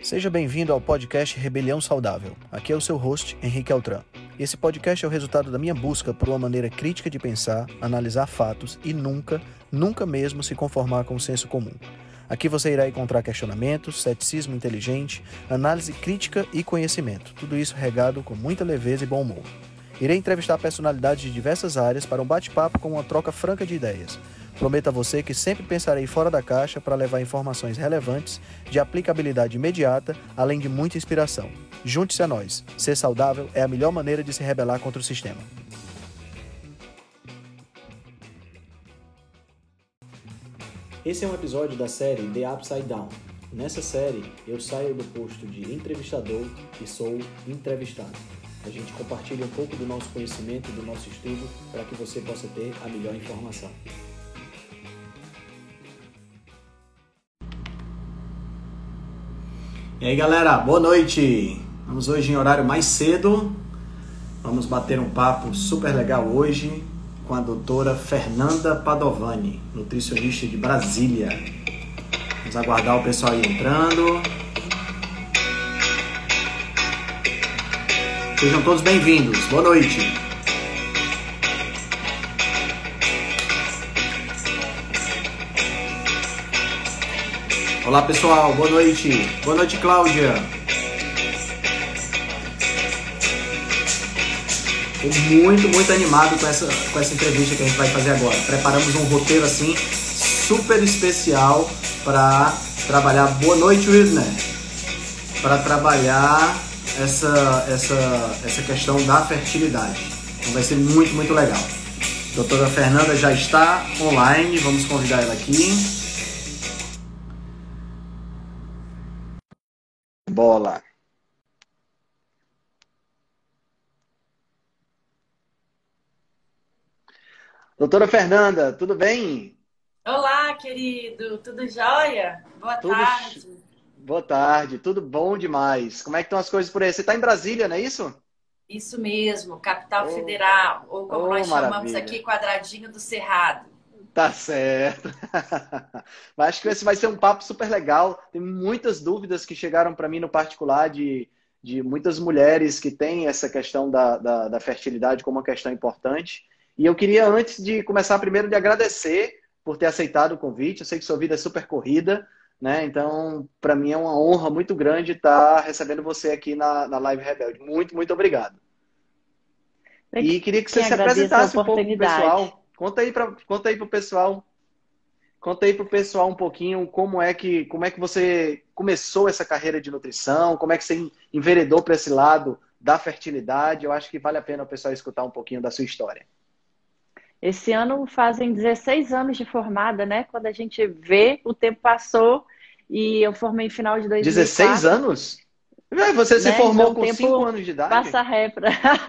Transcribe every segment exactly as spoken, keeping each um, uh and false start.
Seja bem-vindo ao podcast Rebelião Saudável. Aqui é o seu host, Henrique Altran. Esse podcast é o resultado da minha busca por uma maneira crítica de pensar, analisar fatos e nunca, nunca mesmo se conformar com o senso comum. Aqui você irá encontrar questionamentos, ceticismo inteligente, análise crítica e conhecimento. Tudo isso regado com muita leveza e bom humor. Irei entrevistar personalidades de diversas áreas para um bate-papo com uma troca franca de ideias. Prometo a você que sempre pensarei fora da caixa para levar informações relevantes, de aplicabilidade imediata, além de muita inspiração. Junte-se a nós. Ser saudável é a melhor maneira de se rebelar contra o sistema. Esse é um episódio da série The Upside Down. Nessa série, eu saio do posto de entrevistador e sou entrevistado. A gente compartilha um pouco do nosso conhecimento e do nosso estudo para que você possa ter a melhor informação. E aí galera, boa noite! Vamos hoje em horário mais cedo, vamos bater um papo super legal hoje com a doutora Fernanda Padovani, nutricionista de Brasília. Vamos aguardar o pessoal aí entrando. Sejam todos bem-vindos, boa noite! Olá pessoal, boa noite. Boa noite, Cláudia. Estou muito, muito animado com essa, com essa entrevista que a gente vai fazer agora. Preparamos um roteiro assim super especial para trabalhar. Boa noite, Whitney. Para trabalhar essa, essa, essa questão da fertilidade. Então vai ser muito, muito legal. A doutora Fernanda já está online, vamos convidar ela aqui. Bola. Doutora Fernanda, tudo bem? Olá, querido, tudo jóia? Boa Tudo... tarde. Boa tarde, tudo bom demais. Como é que estão as coisas por aí? Você está em Brasília, não é isso? Isso mesmo, capital Oh, federal, ou como oh, nós chamamos maravilha. aqui, quadradinho do Cerrado. Tá certo. Mas acho que esse vai ser um papo super legal. Tem muitas dúvidas que chegaram para mim no particular de, de muitas mulheres que têm essa questão da, da, da fertilidade como uma questão importante. E eu queria, antes de começar, primeiro de agradecer por ter aceitado o convite. Eu sei que sua vida é super corrida, né? Então, para mim é uma honra muito grande estar recebendo você aqui na, na Live Rebelde. Muito, muito obrigado. E queria que você se apresentasse um pouco pro pessoal. Conta aí para conta aí pro pessoal. Conta aí pro pessoal um pouquinho como é que como é que você começou essa carreira de nutrição, como é que você enveredou para esse lado da fertilidade. Eu acho que vale a pena o pessoal escutar um pouquinho da sua história. Esse ano fazem dezesseis anos de formada, né? Quando a gente vê, o tempo passou e eu formei em final de dois mil e quatro. dezesseis anos? Você se né? formou então, com cinco anos de idade? Passa ré pra...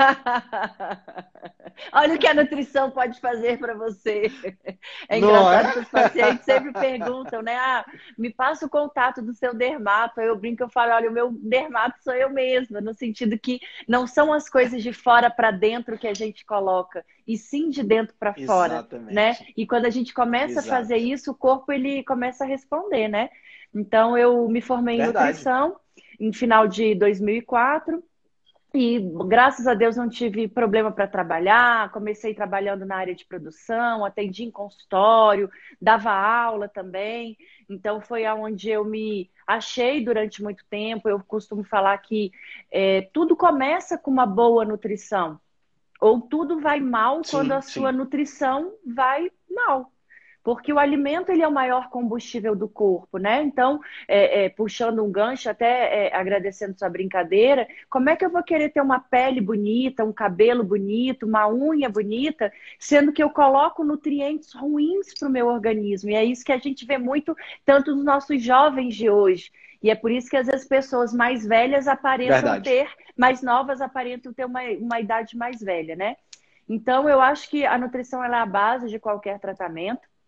Olha o que a nutrição pode fazer para você. É engraçado é? que os pacientes sempre perguntam, né? Ah, me passa o contato do seu dermato. Eu brinco, eu falo, olha, o meu dermato sou eu mesma, no sentido que não são as coisas de fora para dentro que a gente coloca, e sim de dentro para fora, né? E quando a gente começa Exato. a fazer isso, o corpo ele começa a responder, né? Então eu me formei Verdade. em nutrição em final de dois mil e quatro e graças a Deus não tive problema para trabalhar. Comecei trabalhando na área de produção, atendi em consultório, dava aula também. Então foi aonde eu me achei durante muito tempo. Eu costumo falar que é, tudo começa com uma boa nutrição, ou tudo vai mal sim, quando a sim. sua nutrição vai mal. Porque o alimento ele é o maior combustível do corpo, né? Então, é, é, puxando um gancho, até é, agradecendo sua brincadeira, como é que eu vou querer ter uma pele bonita, um cabelo bonito, uma unha bonita, sendo que eu coloco nutrientes ruins para o meu organismo? E é isso que a gente vê muito, tanto nos nossos jovens de hoje. E é por isso que às vezes pessoas mais velhas aparentam Verdade. ter, mais novas aparentam ter uma, uma idade mais velha, né? Então, eu acho que a nutrição ela é a base de qualquer tratamento.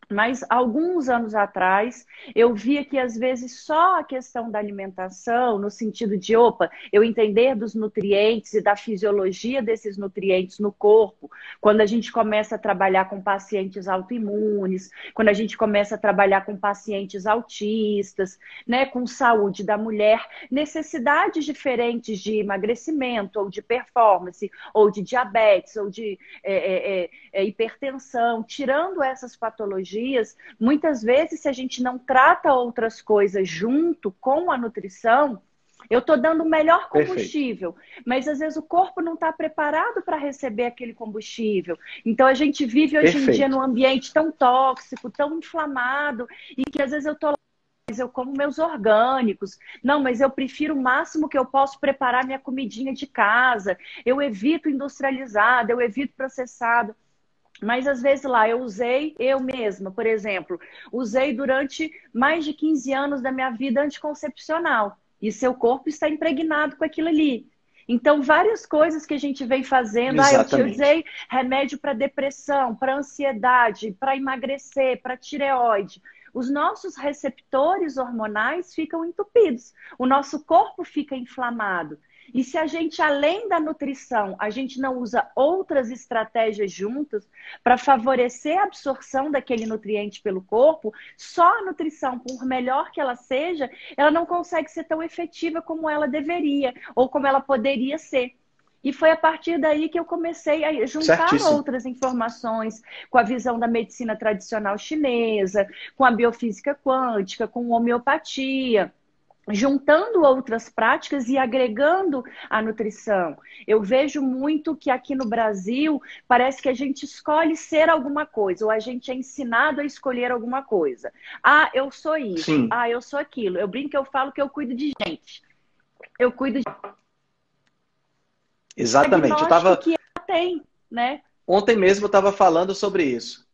Mas alguns anos atrás, eu via que às vezes só a questão da alimentação, no sentido de, opa, eu entender dos nutrientes e da fisiologia desses nutrientes no corpo, quando a gente começa a trabalhar com pacientes autoimunes, quando a gente começa a trabalhar com pacientes autistas, né, com saúde da mulher, necessidades diferentes de emagrecimento, ou de performance, ou de diabetes, ou de é, é, é, hipertensão, tirando essas patologias, muitas vezes, se a gente não trata outras coisas junto com a nutrição, eu estou dando o melhor combustível, perfeito, mas às vezes o corpo não está preparado para receber aquele combustível. Então a gente vive hoje perfeito, em dia num ambiente tão tóxico, tão inflamado, e que às vezes eu estou lá, mas eu como meus orgânicos. Não, mas eu prefiro o máximo que eu posso preparar minha comidinha de casa. Eu evito industrializado, eu evito processado. Mas às vezes lá eu usei, eu mesma, por exemplo, usei durante mais de quinze anos da minha vida anticoncepcional. E seu corpo está impregnado com aquilo ali. Então, várias coisas que a gente vem fazendo. Exatamente. Ah, eu usei remédio para depressão, para ansiedade, para emagrecer, para tireoide. Os nossos receptores hormonais ficam entupidos. O nosso corpo fica inflamado. E se a gente, além da nutrição, a gente não usa outras estratégias juntas para favorecer a absorção daquele nutriente pelo corpo, só a nutrição, por melhor que ela seja, ela não consegue ser tão efetiva como ela deveria ou como ela poderia ser. E foi a partir daí que eu comecei a juntar Certíssimo. outras informações com a visão da medicina tradicional chinesa, com a biofísica quântica, com homeopatia, juntando outras práticas e agregando a nutrição. Eu vejo muito que aqui no Brasil parece que a gente escolhe ser alguma coisa, ou a gente é ensinado a escolher alguma coisa. Ah, eu sou isso. Sim. Ah, eu sou aquilo. Eu brinco, eu falo que eu cuido de gente. Eu cuido de... Exatamente. Eu tava... que ela tem, né? Ontem mesmo eu estava falando sobre isso.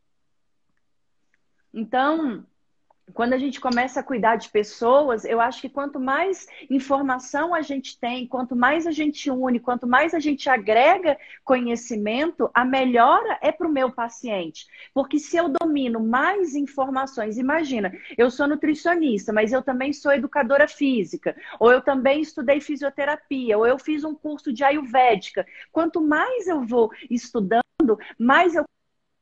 Então... Quando a gente começa a cuidar de pessoas, eu acho que quanto mais informação a gente tem, quanto mais a gente une, quanto mais a gente agrega conhecimento, a melhora é para o meu paciente. Porque se eu domino mais informações, imagina, eu sou nutricionista, mas eu também sou educadora física, ou eu também estudei fisioterapia, ou eu fiz um curso de ayurvédica. Quanto mais eu vou estudando, mais eu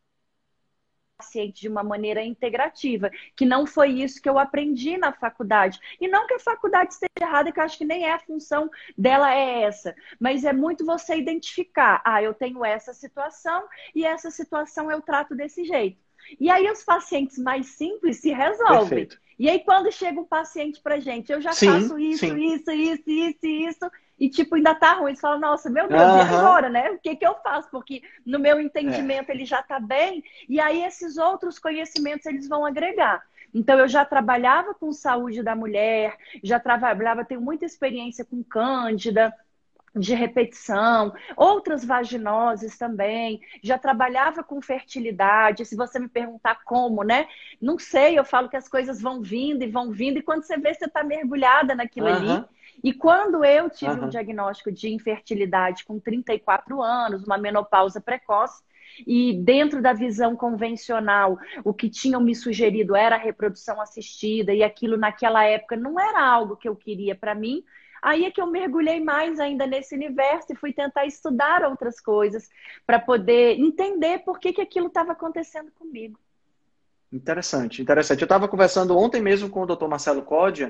paciente de uma maneira integrativa, que não foi isso que eu aprendi na faculdade. E não que a faculdade esteja errada, que eu acho que nem é a função dela é essa, mas é muito você identificar, ah, eu tenho essa situação e essa situação eu trato desse jeito. E aí os pacientes mais simples se resolvem. Perfeito. E aí quando chega um paciente pra gente, eu já sim, faço isso, sim. isso, isso, isso, isso, e tipo, ainda tá ruim. Eles falam, nossa, meu Deus, uhum. e agora, né? O que que eu faço? Porque no meu entendimento é. ele já tá bem, e aí esses outros conhecimentos eles vão agregar. Então eu já trabalhava com saúde da mulher, já trabalhava, tenho muita experiência com cândida, de repetição, outras vaginoses também, já trabalhava com fertilidade. Se você me perguntar como, né? Não sei, eu falo que as coisas vão vindo e vão vindo, e quando você vê, você está mergulhada naquilo uhum. ali. E quando eu tive uhum. um diagnóstico de infertilidade com trinta e quatro anos, uma menopausa precoce, e dentro da visão convencional, o que tinham me sugerido era a reprodução assistida, e aquilo naquela época não era algo que eu queria para mim, aí é que eu mergulhei mais ainda nesse universo e fui tentar estudar outras coisas para poder entender por que, que aquilo estava acontecendo comigo. Interessante, interessante. Eu estava conversando ontem mesmo com o doutor Marcelo Códia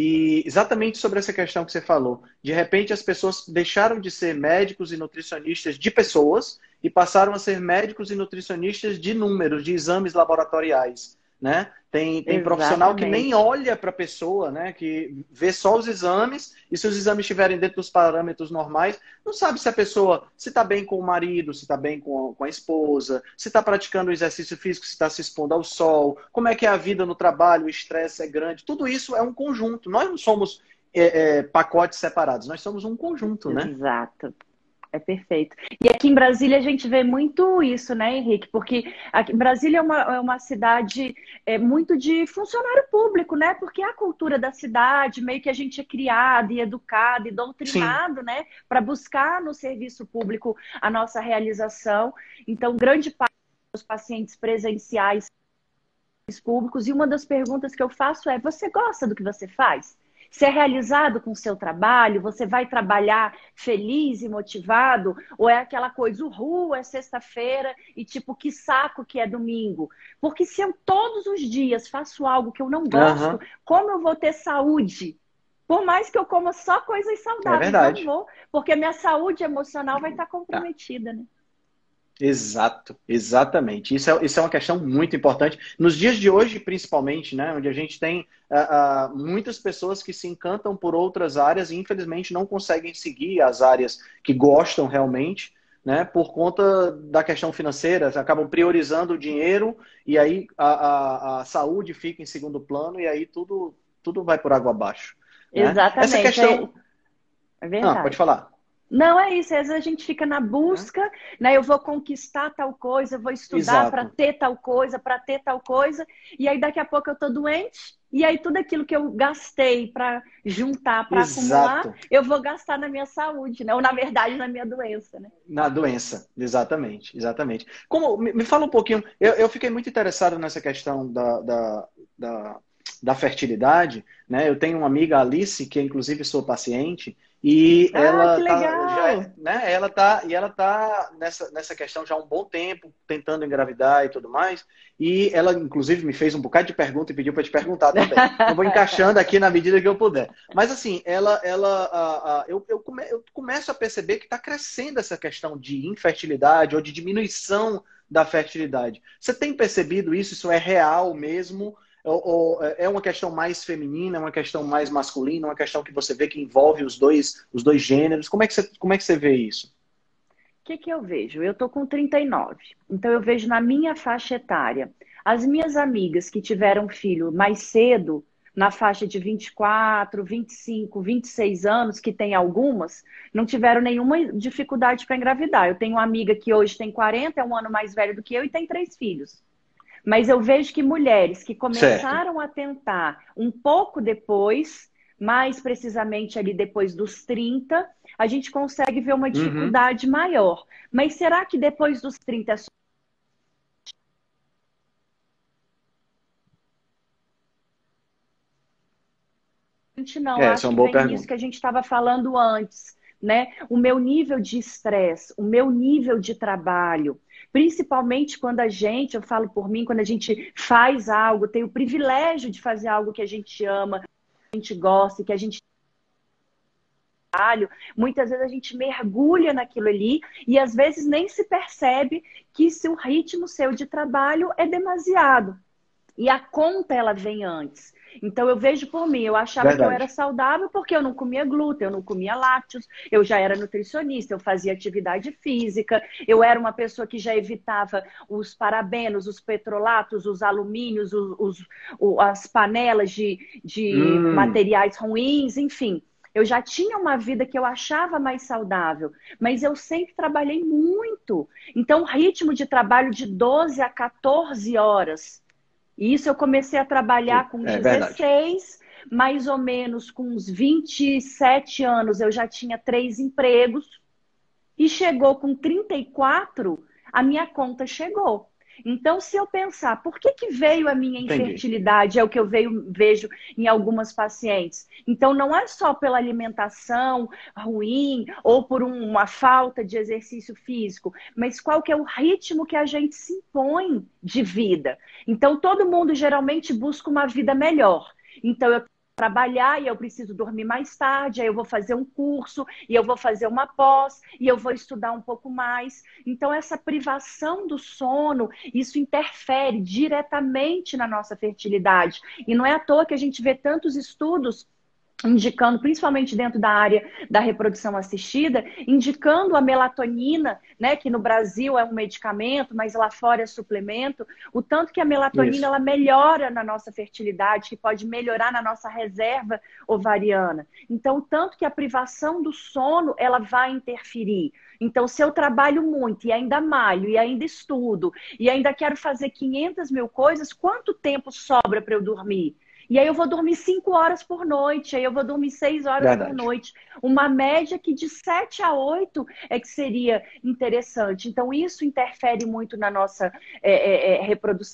e exatamente sobre essa questão que você falou. De repente as pessoas deixaram de ser médicos e nutricionistas de pessoas e passaram a ser médicos e nutricionistas de números, de exames laboratoriais. Né? Tem, tem profissional que nem olha para a pessoa, né? Que vê só os exames e se os exames estiverem dentro dos parâmetros normais, não sabe se a pessoa se está bem com o marido, se está bem com, com a esposa, se está praticando exercício físico, se está se expondo ao sol, como é que é a vida no trabalho, o estresse é grande. Tudo isso é um conjunto. Nós não somos é, é, pacotes separados, nós somos um conjunto, né? Exato. É perfeito. E aqui em Brasília a gente vê muito isso, né, Henrique? Porque aqui, Brasília é uma, é uma cidade é, muito de funcionário público, né? Porque é a cultura da cidade, meio que a gente é criado e educado e doutrinado, Sim. né? Para buscar no serviço público a nossa realização. Então, grande parte dos pacientes presenciais públicos e uma das perguntas que eu faço é: você gosta do que você faz? Você é realizado com o seu trabalho? Você vai trabalhar feliz e motivado? Ou é aquela coisa, uhul, é sexta-feira e tipo, que saco que é domingo? Porque se eu todos os dias faço algo que eu não gosto, Aham, como eu vou ter saúde? Por mais que eu coma só coisas é saudáveis, não verdade. vou, porque a minha saúde emocional vai estar Ah, comprometida, né? exato, exatamente. Isso é, isso é uma questão muito importante. Nos dias de hoje, principalmente, né, onde a gente tem ah, ah, muitas pessoas que se encantam por outras áreas e, infelizmente, não conseguem seguir as áreas que gostam realmente, né, por conta da questão financeira, acabam priorizando o dinheiro e aí a, a, a saúde fica em segundo plano e aí tudo, tudo vai por água abaixo, né? Essa Exatamente, é, questão... é Ah, pode verdade. falar. Não é isso, às vezes a gente fica na Né? busca, né? Eu vou conquistar tal coisa, eu vou estudar para Exato, ter tal coisa, para ter tal coisa, e aí daqui a pouco eu tô doente, e aí tudo aquilo que eu gastei para juntar, para acumular, exato. eu vou gastar na minha saúde, né? Ou na verdade na minha doença, né? Na doença, exatamente, exatamente. Como, me, me fala um pouquinho, eu, eu fiquei muito interessado nessa questão da, da, da, da fertilidade, né? Eu tenho uma amiga, Alice, que é inclusive sua paciente, e Ah, ela que tá, já, é- legal! né? Ela tá, e ela tá nessa, nessa questão já há um bom tempo, tentando engravidar e tudo mais, e ela inclusive me fez um bocado de pergunta e pediu para te perguntar também. Eu vou encaixando aqui na medida que eu puder. Mas assim, ela, ela, a, a, eu, eu, come, eu começo a perceber que está crescendo essa questão de infertilidade ou de diminuição da fertilidade. Você tem percebido isso? Isso é real mesmo? Ou, ou é uma questão mais feminina, é uma questão mais masculina, uma questão que você vê que envolve os dois, os dois gêneros? Como é que você, como é que você vê isso? O que que eu vejo? Eu tô com trinta e nove, então eu vejo na minha faixa etária. As minhas amigas que tiveram filho mais cedo, na faixa de vinte e quatro, vinte e cinco, vinte e seis anos, que tem algumas, não tiveram nenhuma dificuldade para engravidar. Eu tenho uma amiga que hoje tem quarenta, é um ano mais velho do que eu e tem três filhos. Mas eu vejo que mulheres que Certo. começaram a tentar um pouco depois, mais precisamente ali depois dos trinta, a gente consegue ver uma Uhum. dificuldade maior. Mas será que depois dos trinta é suficiente? Não, eu É, essa é acho uma que boa vem nisso pergunta. que a gente estava falando antes, né? O meu nível de estresse, o meu nível de trabalho, principalmente quando a gente, eu falo por mim, quando a gente faz algo, tem o privilégio de fazer algo que a gente ama, a gente gosta, que a gente trabalho, muitas vezes a gente mergulha naquilo ali e às vezes nem se percebe que se o ritmo seu de trabalho é demasiado. E a conta, ela vem antes. Então, eu vejo por mim, eu achava que eu era Verdade. saudável porque eu não comia glúten, eu não comia lácteos, eu já era nutricionista, eu fazia atividade física, eu era uma pessoa que já evitava os parabenos, os petrolatos, os alumínios, os, os, as panelas de, de Hum, materiais ruins, enfim. Eu já tinha uma vida que eu achava mais saudável, mas eu sempre trabalhei muito. Então, ritmo de trabalho de doze a quatorze horas. E isso eu comecei a trabalhar com é verdade. dezesseis, mais ou menos com uns vinte e sete anos eu já tinha três empregos e chegou com trinta e quatro, a minha conta chegou. Então, se eu pensar, por que, que veio a minha Entendi. infertilidade? É o que eu vejo, vejo em algumas pacientes. Então, não é só pela alimentação ruim ou por um, uma falta de exercício físico, mas qual que é o ritmo que a gente se impõe de vida. Então, todo mundo geralmente busca uma vida melhor. Então, eu trabalhar e eu preciso dormir mais tarde, aí eu vou fazer um curso, e eu vou fazer uma pós, e eu vou estudar um pouco mais. Então, essa privação do sono, isso interfere diretamente na nossa fertilidade. E não é à toa que a gente vê tantos estudos indicando, principalmente dentro da área da reprodução assistida, indicando a melatonina, né, que no Brasil é um medicamento, mas lá fora é suplemento, o tanto que a melatonina Isso. ela melhora na nossa fertilidade, que pode melhorar na nossa reserva ovariana. Então, o tanto que a privação do sono, ela vai interferir. Então, se eu trabalho muito e ainda malho, e ainda estudo, e ainda quero fazer quinhentas mil coisas, quanto tempo sobra para eu dormir? E aí eu vou dormir cinco horas por noite, aí eu vou dormir seis horas por Verdade. noite. Uma média que de sete a oito é que seria interessante. Então, isso interfere muito na nossa é, é, é, reprodução.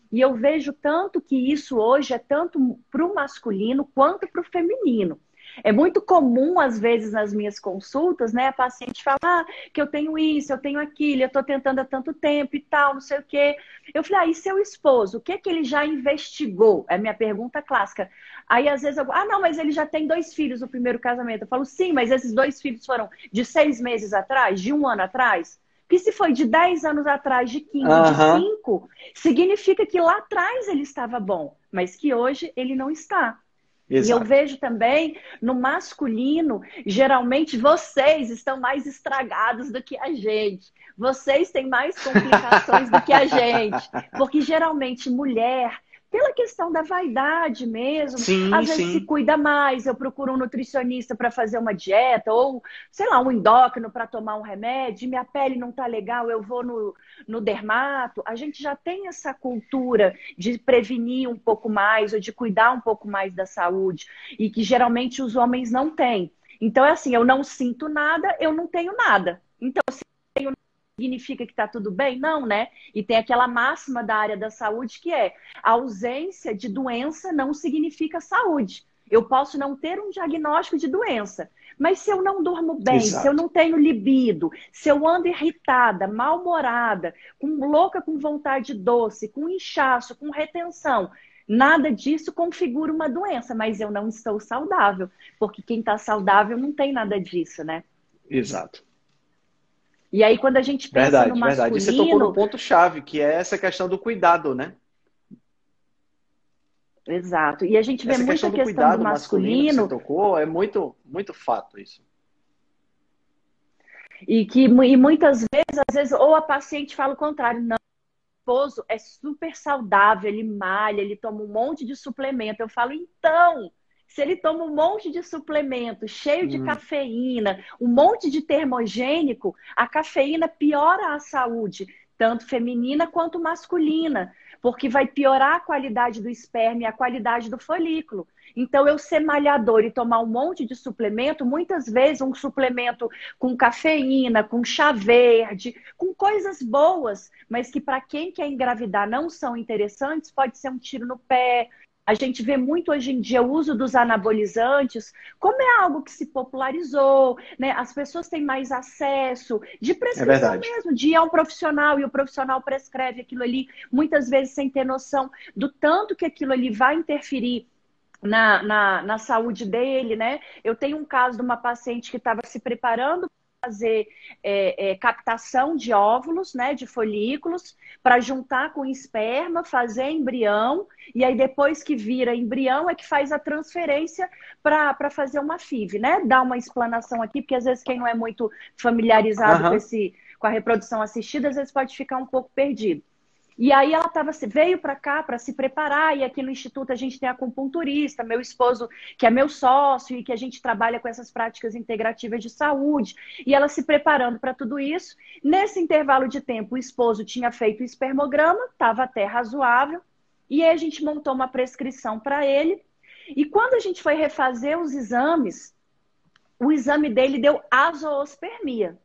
E eu vejo tanto que isso hoje é tanto para o masculino quanto para o feminino. É muito comum, às vezes, nas minhas consultas, né, a paciente falar ah, que eu tenho isso, eu tenho aquilo, eu estou tentando há tanto tempo e tal, não sei o quê. Eu falei, ah, e seu esposo, o que que ele já investigou? É a minha pergunta clássica. Aí, às vezes, eu ah, não, mas ele já tem dois filhos no primeiro casamento. Eu falo, sim, mas esses dois filhos foram de seis meses atrás, de um ano atrás? Porque se foi de dez anos atrás, de quinze, uhum. de cinco, significa que lá atrás ele estava bom, mas que hoje ele não está. Exato. E eu vejo também no masculino, geralmente vocês estão mais estragados do que a gente. Vocês têm mais complicações do que a gente. Porque geralmente mulher, pela questão da vaidade mesmo, sim, às vezes sim. se cuida mais. Eu procuro um nutricionista para fazer uma dieta, ou, sei lá, um endócrino para tomar um remédio. Minha pele não tá legal, eu vou no, no dermato. A gente já tem essa cultura de prevenir um pouco mais, ou de cuidar um pouco mais da saúde, e que geralmente os homens não têm. Então é assim, eu não sinto nada, eu não tenho nada. Então, se eu tenho significa que está tudo bem? Não, né? E tem aquela máxima da área da saúde que é a ausência de doença não significa saúde. Eu posso não ter um diagnóstico de doença, mas se eu não durmo bem, Exato. Se eu não tenho libido, se eu ando irritada, mal-humorada, com, louca com vontade doce, com inchaço, com retenção, nada disso configura uma doença, mas eu não estou saudável, porque quem está saudável não tem nada disso, né? Exato. E aí, quando a gente pensa verdade, no masculino... Verdade, você tocou no ponto-chave, que é essa questão do cuidado, né? Exato. E a gente vê essa muita questão do, questão cuidado do masculino... masculino que você tocou, é muito, muito fato isso. E que e muitas vezes, às vezes, ou a paciente fala o contrário, não, o esposo é super saudável, ele malha, ele toma um monte de suplemento. Eu falo, então... Se ele toma um monte de suplemento cheio de hum. cafeína, um monte de termogênico, a cafeína piora a saúde, tanto feminina quanto masculina, porque vai piorar a qualidade do esperma e a qualidade do folículo. Então, eu ser malhador e tomar um monte de suplemento, muitas vezes um suplemento com cafeína, com chá verde, com coisas boas, mas que para quem quer engravidar não são interessantes, pode ser um tiro no pé. A gente vê muito hoje em dia o uso dos anabolizantes, como é algo que se popularizou, né? As pessoas têm mais acesso de prescrição é mesmo, de ir a um profissional e o profissional prescreve aquilo ali, muitas vezes sem ter noção do tanto que aquilo ali vai interferir na, na, na saúde dele, né? Eu tenho um caso de uma paciente que estava se preparando fazer é, é, captação de óvulos, né, de folículos, para juntar com esperma, fazer embrião, e aí depois que vira embrião é que faz a transferência para fazer uma F I V, né? Dá uma explanação aqui, porque às vezes quem não é muito familiarizado uhum. com, esse, com a reprodução assistida, às vezes pode ficar um pouco perdido. E aí ela tava, veio para cá para se preparar, e aqui no Instituto a gente tem acupunturista, meu esposo, que é meu sócio, e que a gente trabalha com essas práticas integrativas de saúde, e ela se preparando para tudo isso. Nesse intervalo de tempo, o esposo tinha feito o espermograma, estava até razoável, e aí a gente montou uma prescrição para ele, e quando a gente foi refazer os exames, o exame dele deu azoospermia.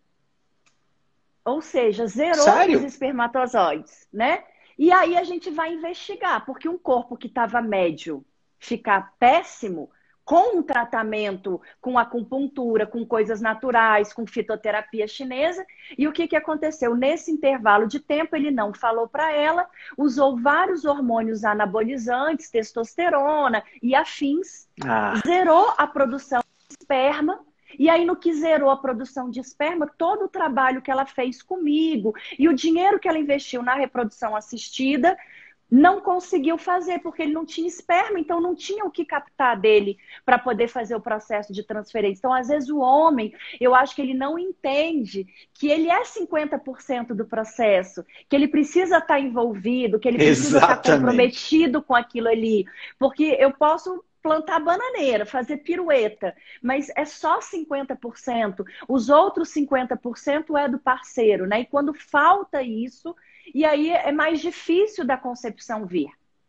Ou seja, zerou Sério? os espermatozoides, né? E aí a gente vai investigar, porque um corpo que estava médio ficar péssimo, com um tratamento, com acupuntura, com coisas naturais, com fitoterapia chinesa, e o que, que aconteceu? Nesse intervalo de tempo, ele não falou para ela, usou vários hormônios anabolizantes, testosterona e afins, ah. zerou a produção de esperma. E aí, no que zerou a produção de esperma, todo o trabalho que ela fez comigo e o dinheiro que ela investiu na reprodução assistida, não conseguiu fazer, porque ele não tinha esperma, então não tinha o que captar dele para poder fazer o processo de transferência. Então, às vezes, o homem, eu acho que ele não entende que ele é cinquenta por cento do processo, que ele precisa estar envolvido, que ele precisa Exatamente. estar comprometido com aquilo ali. Porque eu posso plantar bananeira, fazer pirueta, mas é só cinquenta por cento. Os outros cinquenta por cento é do parceiro, né? E quando falta isso, e aí é mais difícil da concepção vir.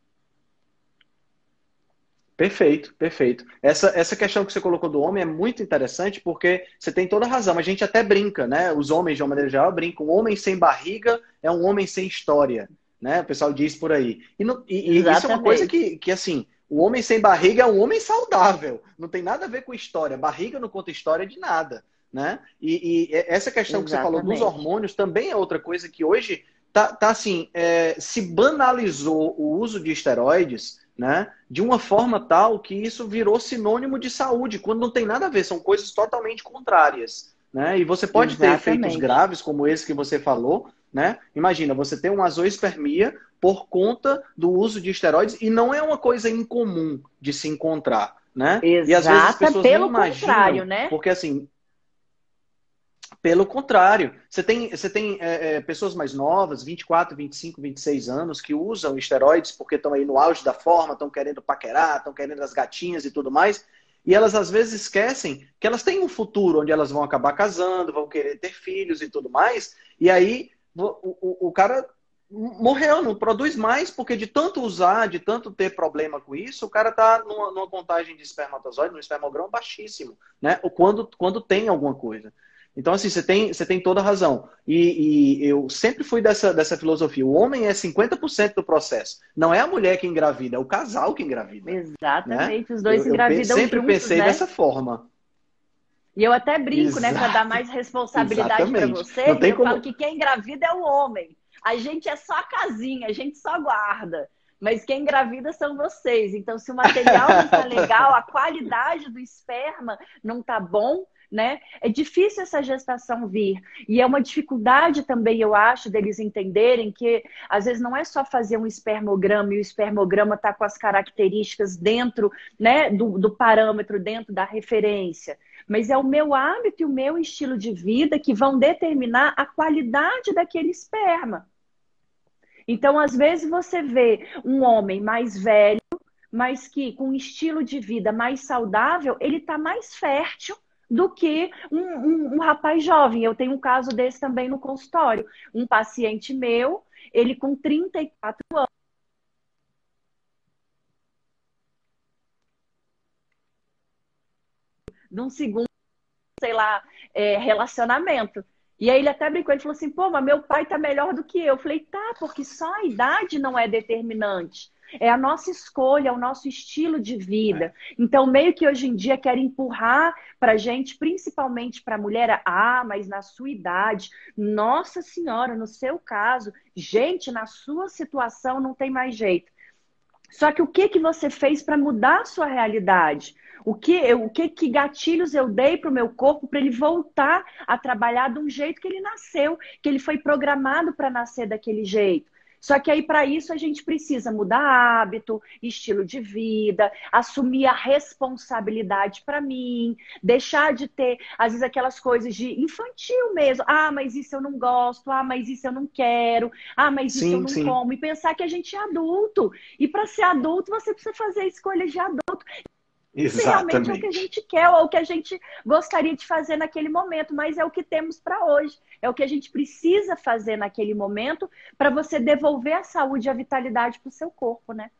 Perfeito, perfeito. Essa, essa questão que você colocou do homem é muito interessante, porque você tem toda a razão. A gente até brinca, né? Os homens, de uma maneira geral, brincam. Um homem sem barriga é um homem sem história. né? O pessoal diz por aí. E, não, e, e isso é uma coisa que, que, assim, o homem sem barriga é um homem saudável. Não tem nada a ver com história. Barriga não conta história de nada, né? E, e essa questão Exatamente. Que você falou dos hormônios também é outra coisa que hoje tá, tá assim, é, se banalizou o uso de esteroides, né? De uma forma tal que isso virou sinônimo de saúde, quando não tem nada a ver, são coisas totalmente contrárias, né? E você pode Exatamente. Ter efeitos graves, como esse que você falou, né? Imagina, você tem uma azoospermia por conta do uso de esteroides e não é uma coisa incomum de se encontrar, né? Exato, e às vezes as pessoas pelo não imaginam, contrário, né? Porque assim, pelo contrário, você tem, você tem é, é, pessoas mais novas, vinte e quatro, vinte e cinco, vinte e seis anos, que usam esteroides porque estão aí no auge da forma, estão querendo paquerar, estão querendo as gatinhas e tudo mais, e elas às vezes esquecem que elas têm um futuro onde elas vão acabar casando, vão querer ter filhos e tudo mais, e aí o, o, o cara morreu, não produz mais, porque de tanto usar, de tanto ter problema com isso, o cara está numa, numa contagem de espermatozoide, num espermograma baixíssimo, né? Ou quando, quando tem alguma coisa. Então, assim, você tem, você tem toda a razão. E, e eu sempre fui dessa, dessa filosofia. O homem é cinquenta por cento do processo. Não é a mulher que engravida, é o casal que engravida. Exatamente, né? os dois eu, engravidam Eu sempre juntos, pensei né? dessa forma. E eu até brinco, Exato. Né, para dar mais responsabilidade para você, Não tem eu como... falo que quem engravida é o homem. A gente é só a casinha, a gente só guarda. Mas quem engravida são vocês. Então, se o material não tá legal, a qualidade do esperma não tá bom, né? É difícil essa gestação vir. E é uma dificuldade também, eu acho, deles entenderem que, às vezes, não é só fazer um espermograma e o espermograma tá com as características dentro, né, do, do parâmetro, dentro da referência. Mas é o meu hábito e o meu estilo de vida que vão determinar a qualidade daquele esperma. Então, às vezes, você vê um homem mais velho, mas que com um estilo de vida mais saudável, ele está mais fértil do que um, um, um rapaz jovem. Eu tenho um caso desse também no consultório. Um paciente meu, ele com trinta e quatro anos, num segundo, sei lá, é, relacionamento. E aí ele até brincou, ele falou assim, pô, mas meu pai tá melhor do que eu. Eu falei, tá, porque só a idade não é determinante. É a nossa escolha, é o nosso estilo de vida. É. Então, meio que hoje em dia querem empurrar pra gente, principalmente pra mulher, ah, mas na sua idade, nossa senhora, no seu caso, gente, na sua situação não tem mais jeito. Só que o que, que você fez para mudar a sua realidade? O que, o que, que gatilhos eu dei para o meu corpo para ele voltar a trabalhar de um jeito que ele nasceu, que ele foi programado para nascer daquele jeito? Só que aí, para isso, a gente precisa mudar hábito, estilo de vida, assumir a responsabilidade para mim, deixar de ter, às vezes, aquelas coisas de infantil mesmo. Ah, mas isso eu não gosto. Ah, mas isso eu não quero. Ah, mas sim, isso eu não sim. como. E pensar que a gente é adulto. E para ser adulto, você precisa fazer escolhas de adulto. Exatamente. Realmente é o que a gente quer, ou o que a gente gostaria de fazer naquele momento, mas é o que temos para hoje. É o que a gente precisa fazer naquele momento para você devolver a saúde e a vitalidade para o seu corpo, né?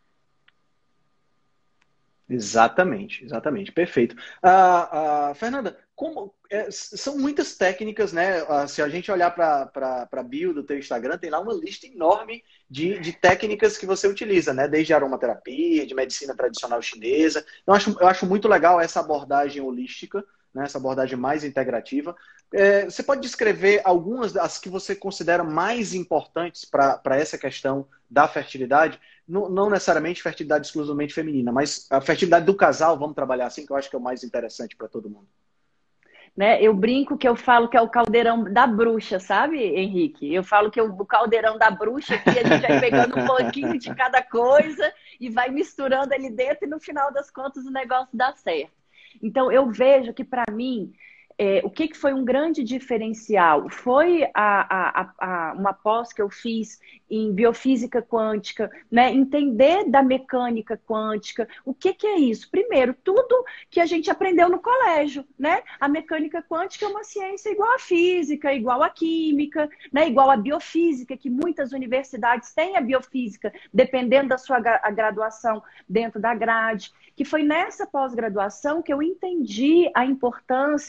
Exatamente, exatamente, perfeito. Ah, ah, Fernanda, como, é, são muitas técnicas, né? Ah, se a gente olhar para a bio do teu Instagram, tem lá uma lista enorme de, de técnicas que você utiliza, né? Desde aromaterapia, de medicina tradicional chinesa. Eu acho, eu acho muito legal essa abordagem holística, né? Essa abordagem mais integrativa. É, você pode descrever algumas das que você considera mais importantes para essa questão da fertilidade? Não, não necessariamente fertilidade exclusivamente feminina, mas a fertilidade do casal, vamos trabalhar assim, que eu acho que é o mais interessante para todo mundo. Né? Eu brinco que eu falo que é o caldeirão da bruxa, sabe, Henrique? Eu falo que é o caldeirão da bruxa, que a gente vai pegando um pouquinho de cada coisa e vai misturando ali dentro e no final das contas o negócio dá certo. Então eu vejo que para mim, É, o que, que foi um grande diferencial? Foi a, a, a, uma pós que eu fiz em biofísica quântica, né? Entender da mecânica quântica. O que, que é isso? Primeiro, tudo que a gente aprendeu no colégio, né? A mecânica quântica é uma ciência igual à física, igual à química, né? Igual à biofísica, que muitas universidades têm a biofísica, dependendo da sua a graduação dentro da grade. Que foi nessa pós-graduação que eu entendi a importância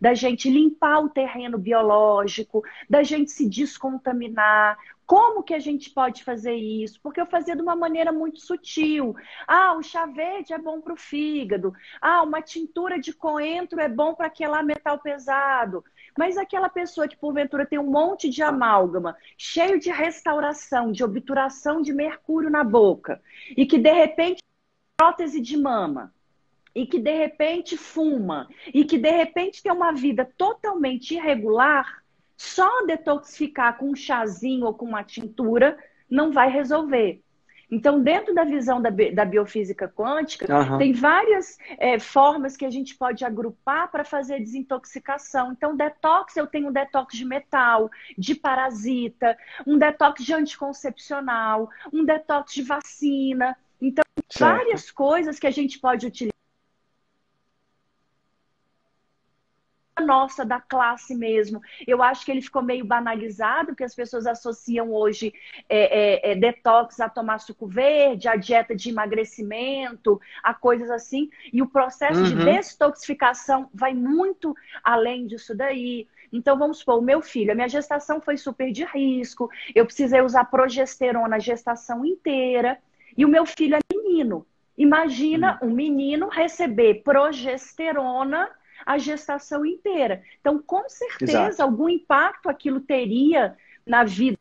da gente limpar o terreno biológico, da gente se descontaminar. Como que a gente pode fazer isso? Porque eu fazia de uma maneira muito sutil. Ah, o chá verde é bom para o fígado. Ah, uma tintura de coentro é bom para quelar metal pesado. Mas aquela pessoa que, porventura, tem um monte de amálgama, cheio de restauração, de obturação de mercúrio na boca, e que, de repente, prótese de mama, e que, de repente, fuma, e que, de repente, tem uma vida totalmente irregular, só detoxificar com um chazinho ou com uma tintura não vai resolver. Então, dentro da visão da, da biofísica quântica, uhum. tem várias é, formas que a gente pode agrupar para fazer desintoxicação. Então, detox, eu tenho um detox de metal, de parasita, um detox de anticoncepcional, um detox de vacina. Então, certo. várias coisas que a gente pode utilizar. Nossa, da classe mesmo. Eu acho que ele ficou meio banalizado, porque as pessoas associam hoje é, é, é, detox a tomar suco verde, a dieta de emagrecimento, a coisas assim. E o processo uhum. de detoxificação vai muito além disso daí. Então, vamos supor, o meu filho, a minha gestação foi super de risco, eu precisei usar progesterona a gestação inteira, e o meu filho é menino. Imagina uhum. um menino receber progesterona a gestação inteira. Então, com certeza, Exato. algum impacto aquilo teria na vida.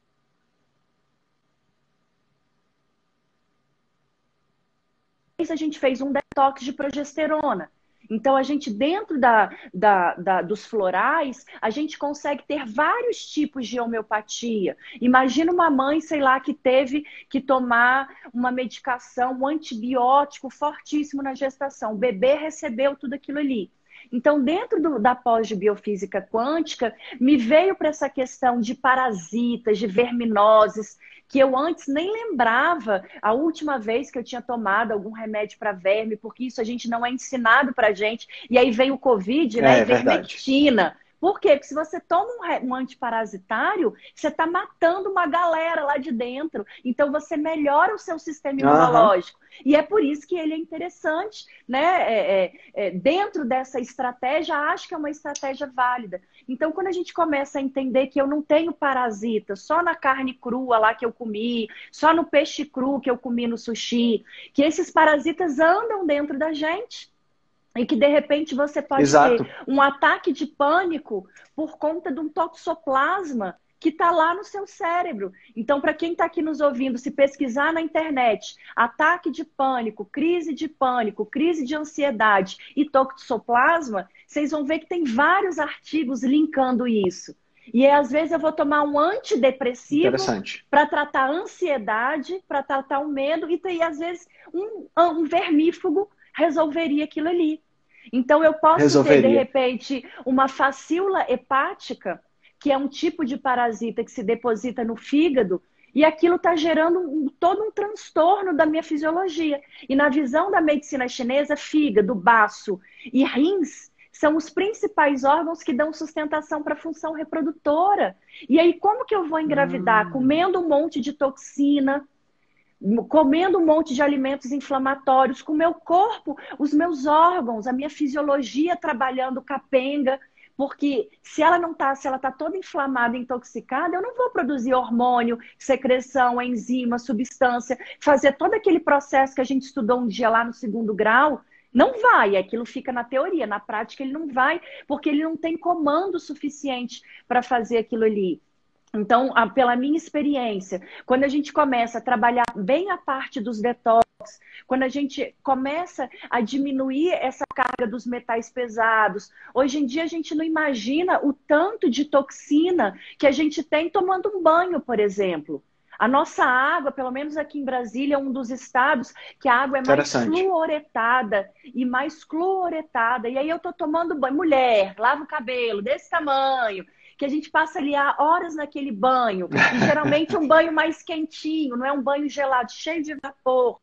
A gente fez um detox de progesterona. Então, a gente, dentro da, da, da, dos florais, a gente consegue ter vários tipos de homeopatia. Imagina uma mãe, sei lá, que teve que tomar uma medicação, um antibiótico fortíssimo na gestação. O bebê recebeu tudo aquilo ali. Então, dentro do, da pós de biofísica quântica, me veio para essa questão de parasitas, de verminoses, que eu antes nem lembrava a última vez que eu tinha tomado algum remédio para verme, porque isso a gente não é ensinado para a gente. E aí vem o Covid, né? É, ivermectina. Por quê? Porque se você toma um, um antiparasitário, você está matando uma galera lá de dentro. Então, você melhora o seu sistema imunológico. Uhum. E é por isso que ele é interessante, né? É, é, é, dentro dessa estratégia, acho que é uma estratégia válida. Então, quando a gente começa a entender que eu não tenho parasita só na carne crua lá que eu comi, só no peixe cru que eu comi no sushi, que esses parasitas andam dentro da gente. E que, de repente, você pode Exato. ter um ataque de pânico por conta de um toxoplasma que está lá no seu cérebro. Então, para quem está aqui nos ouvindo, se pesquisar na internet, ataque de pânico, crise de pânico, crise de ansiedade e toxoplasma, vocês vão ver que tem vários artigos linkando isso. E às vezes eu vou tomar um antidepressivo para tratar a ansiedade, para tratar o medo, e, e às vezes um, um vermífugo resolveria aquilo ali. Então, eu posso Resolveria. ter, de repente, uma facíola hepática, que é um tipo de parasita que se deposita no fígado, e aquilo está gerando um, todo um transtorno da minha fisiologia. E na visão da medicina chinesa, fígado, baço e rins são os principais órgãos que dão sustentação para a função reprodutora. E aí, como que eu vou engravidar? Hum. Comendo um monte de toxina, comendo um monte de alimentos inflamatórios, com o meu corpo, os meus órgãos, a minha fisiologia trabalhando capenga, porque se ela não tá, se ela tá toda inflamada, intoxicada, eu não vou produzir hormônio, secreção, enzima, substância, fazer todo aquele processo que a gente estudou um dia lá no segundo grau. Não vai, aquilo fica na teoria, na prática ele não vai, porque ele não tem comando suficiente para fazer aquilo ali. Então, a, pela minha experiência, quando a gente começa a trabalhar bem a parte dos detox, quando a gente começa a diminuir essa carga dos metais pesados, hoje em dia a gente não imagina o tanto de toxina que a gente tem tomando um banho, por exemplo. A nossa água, pelo menos aqui em Brasília, é um dos estados que a água é mais fluoretada e mais cloretada. E aí eu tô tomando banho. Mulher, lava o cabelo desse tamanho, que a gente passa ali horas naquele banho. E geralmente um banho mais quentinho, não é um banho gelado, cheio de vapor.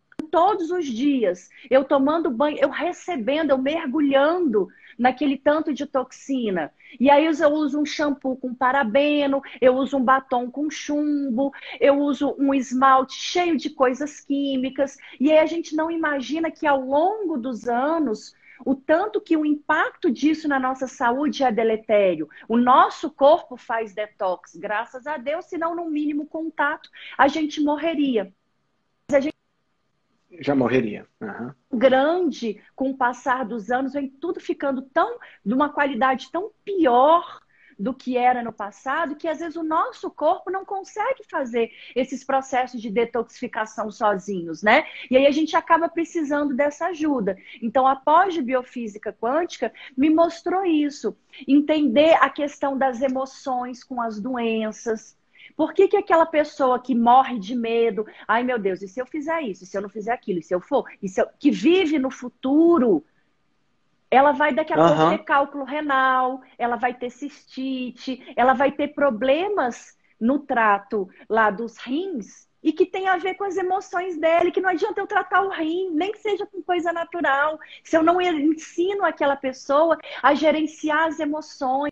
Todos os dias, eu tomando banho, eu recebendo, eu mergulhando naquele tanto de toxina. E aí eu uso um shampoo com parabeno, eu uso um batom com chumbo, eu uso um esmalte cheio de coisas químicas. E aí a gente não imagina que ao longo dos anos o tanto que o impacto disso na nossa saúde é deletério. O nosso corpo faz detox, graças a Deus, senão no mínimo contato a gente morreria. Mas a gente já morreria. Uhum. Grande, com o passar dos anos, vem tudo ficando tão, de uma qualidade tão pior do que era no passado, que às vezes o nosso corpo não consegue fazer esses processos de detoxificação sozinhos, né? E aí a gente acaba precisando dessa ajuda. Então, a pós-biofísica quântica me mostrou isso. Entender a questão das emoções com as doenças. Por que que aquela pessoa que morre de medo, ai meu Deus, e se eu fizer isso, e se eu não fizer aquilo, e se eu for, e se eu... que vive no futuro, ela vai daqui a Uhum. pouco ter cálculo renal, ela vai ter cistite, ela vai ter problemas no trato lá dos rins e que tem a ver com as emoções dele, que não adianta eu tratar o rim, nem que seja com coisa natural, se eu não ensino aquela pessoa a gerenciar as emoções.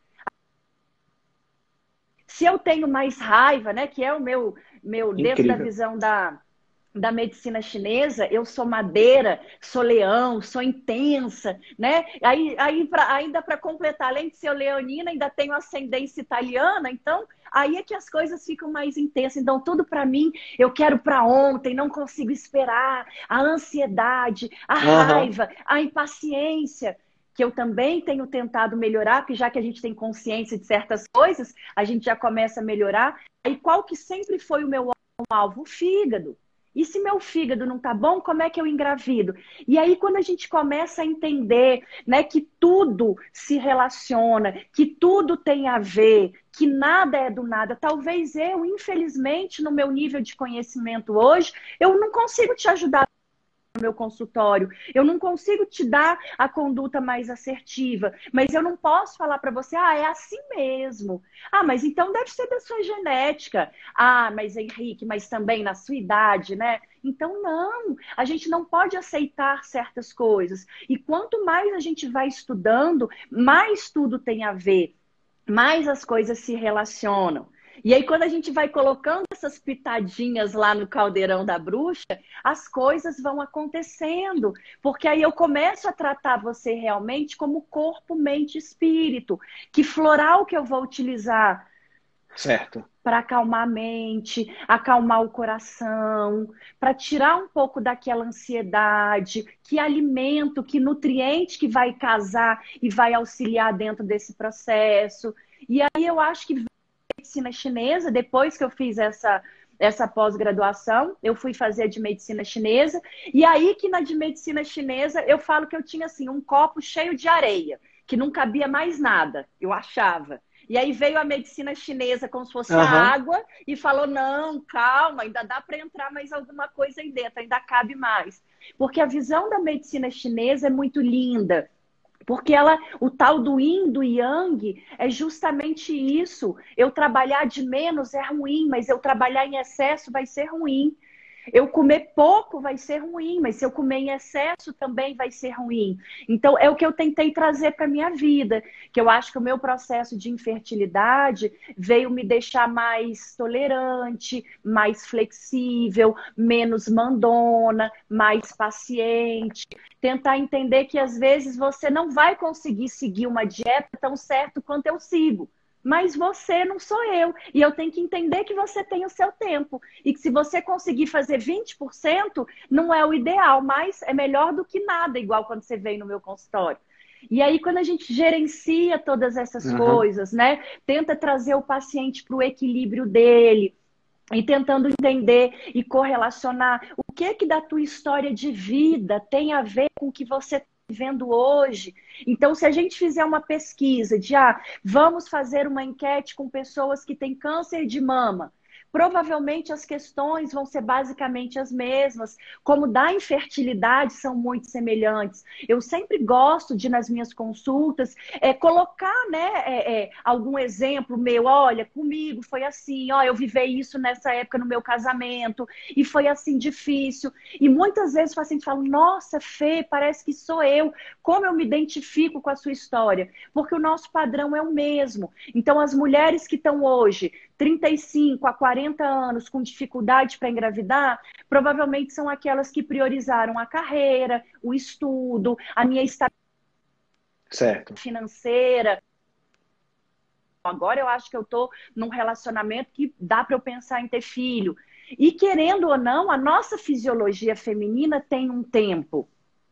Se eu tenho mais raiva, né, que é o meu, meu dentro da visão da... da medicina chinesa, eu sou madeira, sou leão, sou intensa, né? Aí, aí pra, ainda para completar, além de ser leonina, ainda tenho ascendência italiana, então aí é que as coisas ficam mais intensas. Então tudo para mim, eu quero para ontem, não consigo esperar, a ansiedade, a Uhum. raiva, a impaciência, que eu também tenho tentado melhorar, porque já que a gente tem consciência de certas coisas, a gente já começa a melhorar. E qual que sempre foi o meu alvo? O fígado. E se meu fígado não tá bom, como é que eu engravido? E aí, quando a gente começa a entender, né, que tudo se relaciona, que tudo tem a ver, que nada é do nada, talvez eu, infelizmente, no meu nível de conhecimento hoje, eu não consigo te ajudar no meu consultório, eu não consigo te dar a conduta mais assertiva, mas eu não posso falar para você, ah, é assim mesmo. Ah, mas então deve ser da sua genética. Ah, mas Henrique, mas também na sua idade, né? Então não, a gente não pode aceitar certas coisas. E quanto mais a gente vai estudando, mais tudo tem a ver, mais as coisas se relacionam. E aí, quando a gente vai colocando essas pitadinhas lá no caldeirão da bruxa, as coisas vão acontecendo. Porque aí eu começo a tratar você realmente como corpo, mente e espírito. Que floral que eu vou utilizar? Certo. Para acalmar a mente, acalmar o coração, para tirar um pouco daquela ansiedade, que alimento, que nutriente que vai casar e vai auxiliar dentro desse processo. E aí eu acho que medicina chinesa, depois que eu fiz essa, essa pós-graduação, eu fui fazer de medicina chinesa, e aí que na de medicina chinesa eu falo que eu tinha assim um copo cheio de areia, que não cabia mais nada, eu achava. E aí veio a medicina chinesa como se fosse uhum. a água e falou, não, calma, ainda dá para entrar mais alguma coisa aí dentro, ainda cabe mais. Porque a visão da medicina chinesa é muito linda. Porque ela, o tal do yin, do yang, é justamente isso. Eu trabalhar de menos é ruim, mas eu trabalhar em excesso vai ser ruim. Eu comer pouco vai ser ruim, mas se eu comer em excesso também vai ser ruim. Então, é o que eu tentei trazer para a minha vida, que eu acho que o meu processo de infertilidade veio me deixar mais tolerante, mais flexível, menos mandona, mais paciente. Tentar entender que, às vezes, você não vai conseguir seguir uma dieta tão certo quanto eu sigo. Mas você não sou eu. E eu tenho que entender que você tem o seu tempo. E que se você conseguir fazer vinte por cento, não é o ideal, mas é melhor do que nada, igual quando você veio no meu consultório. E aí, quando a gente gerencia todas essas uhum. coisas, né? Tenta trazer o paciente para o equilíbrio dele. E tentando entender e correlacionar o que que da tua história de vida tem a ver com o que você está vivendo hoje. Então, se a gente fizer uma pesquisa de, ah, vamos fazer uma enquete com pessoas que têm câncer de mama, provavelmente as questões vão ser basicamente as mesmas, como da infertilidade são muito semelhantes. Eu sempre gosto de, nas minhas consultas, é, colocar né, é, é, algum exemplo meu, olha, comigo foi assim, ó, eu vivei isso nessa época no meu casamento, e foi assim difícil. E muitas vezes o paciente fala, nossa, Fê, parece que sou eu, como eu me identifico com a sua história? Porque o nosso padrão é o mesmo. Então, as mulheres que estão hoje trinta e cinco a quarenta anos com dificuldade para engravidar, provavelmente são aquelas que priorizaram a carreira, o estudo, a minha estabilidade Certo. financeira. Agora eu acho que eu estou num relacionamento que dá para eu pensar em ter filho. E querendo ou não, a nossa fisiologia feminina tem um tempo.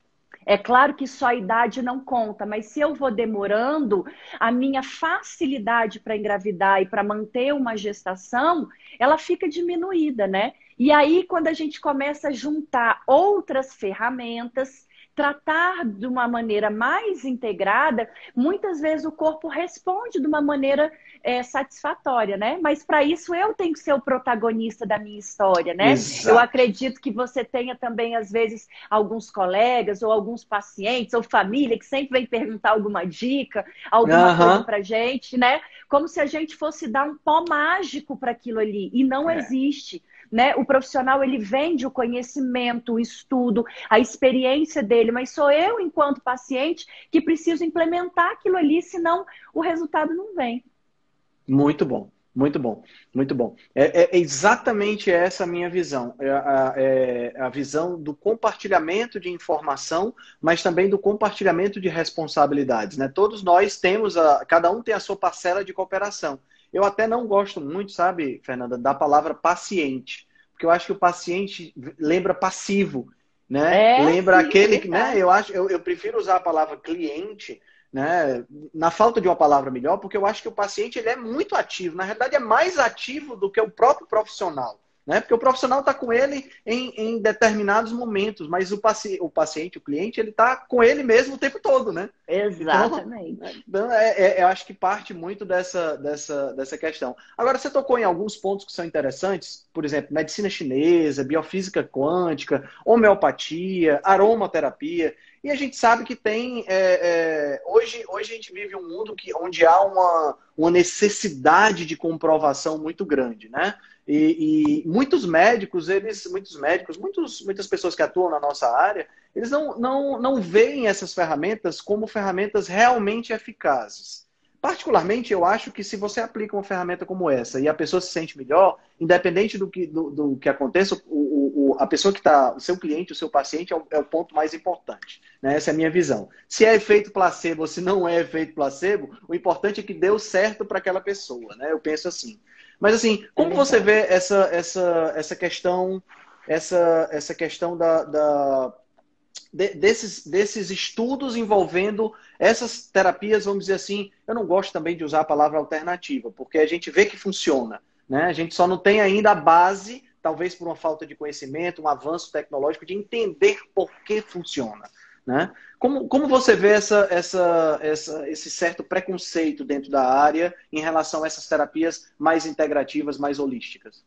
É claro que só a idade não conta, mas se eu vou demorando, a minha facilidade para engravidar e para manter uma gestação, ela fica diminuída, né? E aí, quando a gente começa a juntar outras ferramentas, tratar de uma maneira mais integrada, muitas vezes o corpo responde de uma maneira é, satisfatória, né? Mas para isso eu tenho que ser o protagonista da minha história, né? Exato. Eu acredito que você tenha também, às vezes, alguns colegas ou alguns pacientes ou família que sempre vem perguntar alguma dica, alguma Aham. coisa pra gente, né? Como se a gente fosse dar um pó mágico para aquilo ali. E não É. existe. Né? O profissional, ele vende o conhecimento, o estudo, a experiência dele, mas sou eu, enquanto paciente, que preciso implementar aquilo ali, senão o resultado não vem. Muito bom, muito bom, muito bom. É, é exatamente essa a minha visão. É a, é a visão do compartilhamento de informação, mas também do compartilhamento de responsabilidades, né? Todos nós temos, a, cada um tem a sua parcela de cooperação. Eu até não gosto muito, sabe, Fernanda, da palavra paciente, porque eu acho que o paciente lembra passivo, né? É, Lembra sim, aquele é que, né? verdade. Eu acho, eu, eu prefiro usar a palavra cliente, né? Na falta de uma palavra melhor, porque eu acho que o paciente ele é muito ativo, na realidade é mais ativo do que o próprio profissional, né? Porque o profissional está com ele em, em determinados momentos, mas o, paci o paciente, o cliente, ele está com ele mesmo o tempo todo, né? Então, Exatamente. então é, é, eu acho que parte muito dessa, dessa, dessa questão. Agora, você tocou em alguns pontos que são interessantes, por exemplo, medicina chinesa, biofísica quântica, homeopatia, aromaterapia, e a gente sabe que tem... É, é, hoje, hoje a gente vive um mundo que, onde há uma, uma necessidade de comprovação muito grande, né? E, e muitos médicos, eles, muitos médicos, muitos, muitas pessoas que atuam na nossa área, eles não, não, não veem essas ferramentas como ferramentas realmente eficazes. Particularmente, eu acho que se você aplica uma ferramenta como essa e a pessoa se sente melhor, independente do que, do, do que aconteça, o, o, a pessoa que está, o seu cliente, o seu paciente, é o, é o ponto mais importante, né? Essa é a minha visão. Se é efeito placebo ou se não é efeito placebo, o importante é que deu certo para aquela pessoa, né? Eu penso assim. Mas assim, É como você verdade. vê essa, essa, essa questão, essa, essa questão da, da de, desses, desses estudos envolvendo essas terapias, vamos dizer assim, eu não gosto também de usar a palavra alternativa, porque a gente vê que funciona, né? A gente só não tem ainda a base, talvez por uma falta de conhecimento, um avanço tecnológico, de entender por que funciona, né? Como, como você vê essa, essa, essa, esse certo preconceito dentro da área em relação a essas terapias mais integrativas, mais holísticas?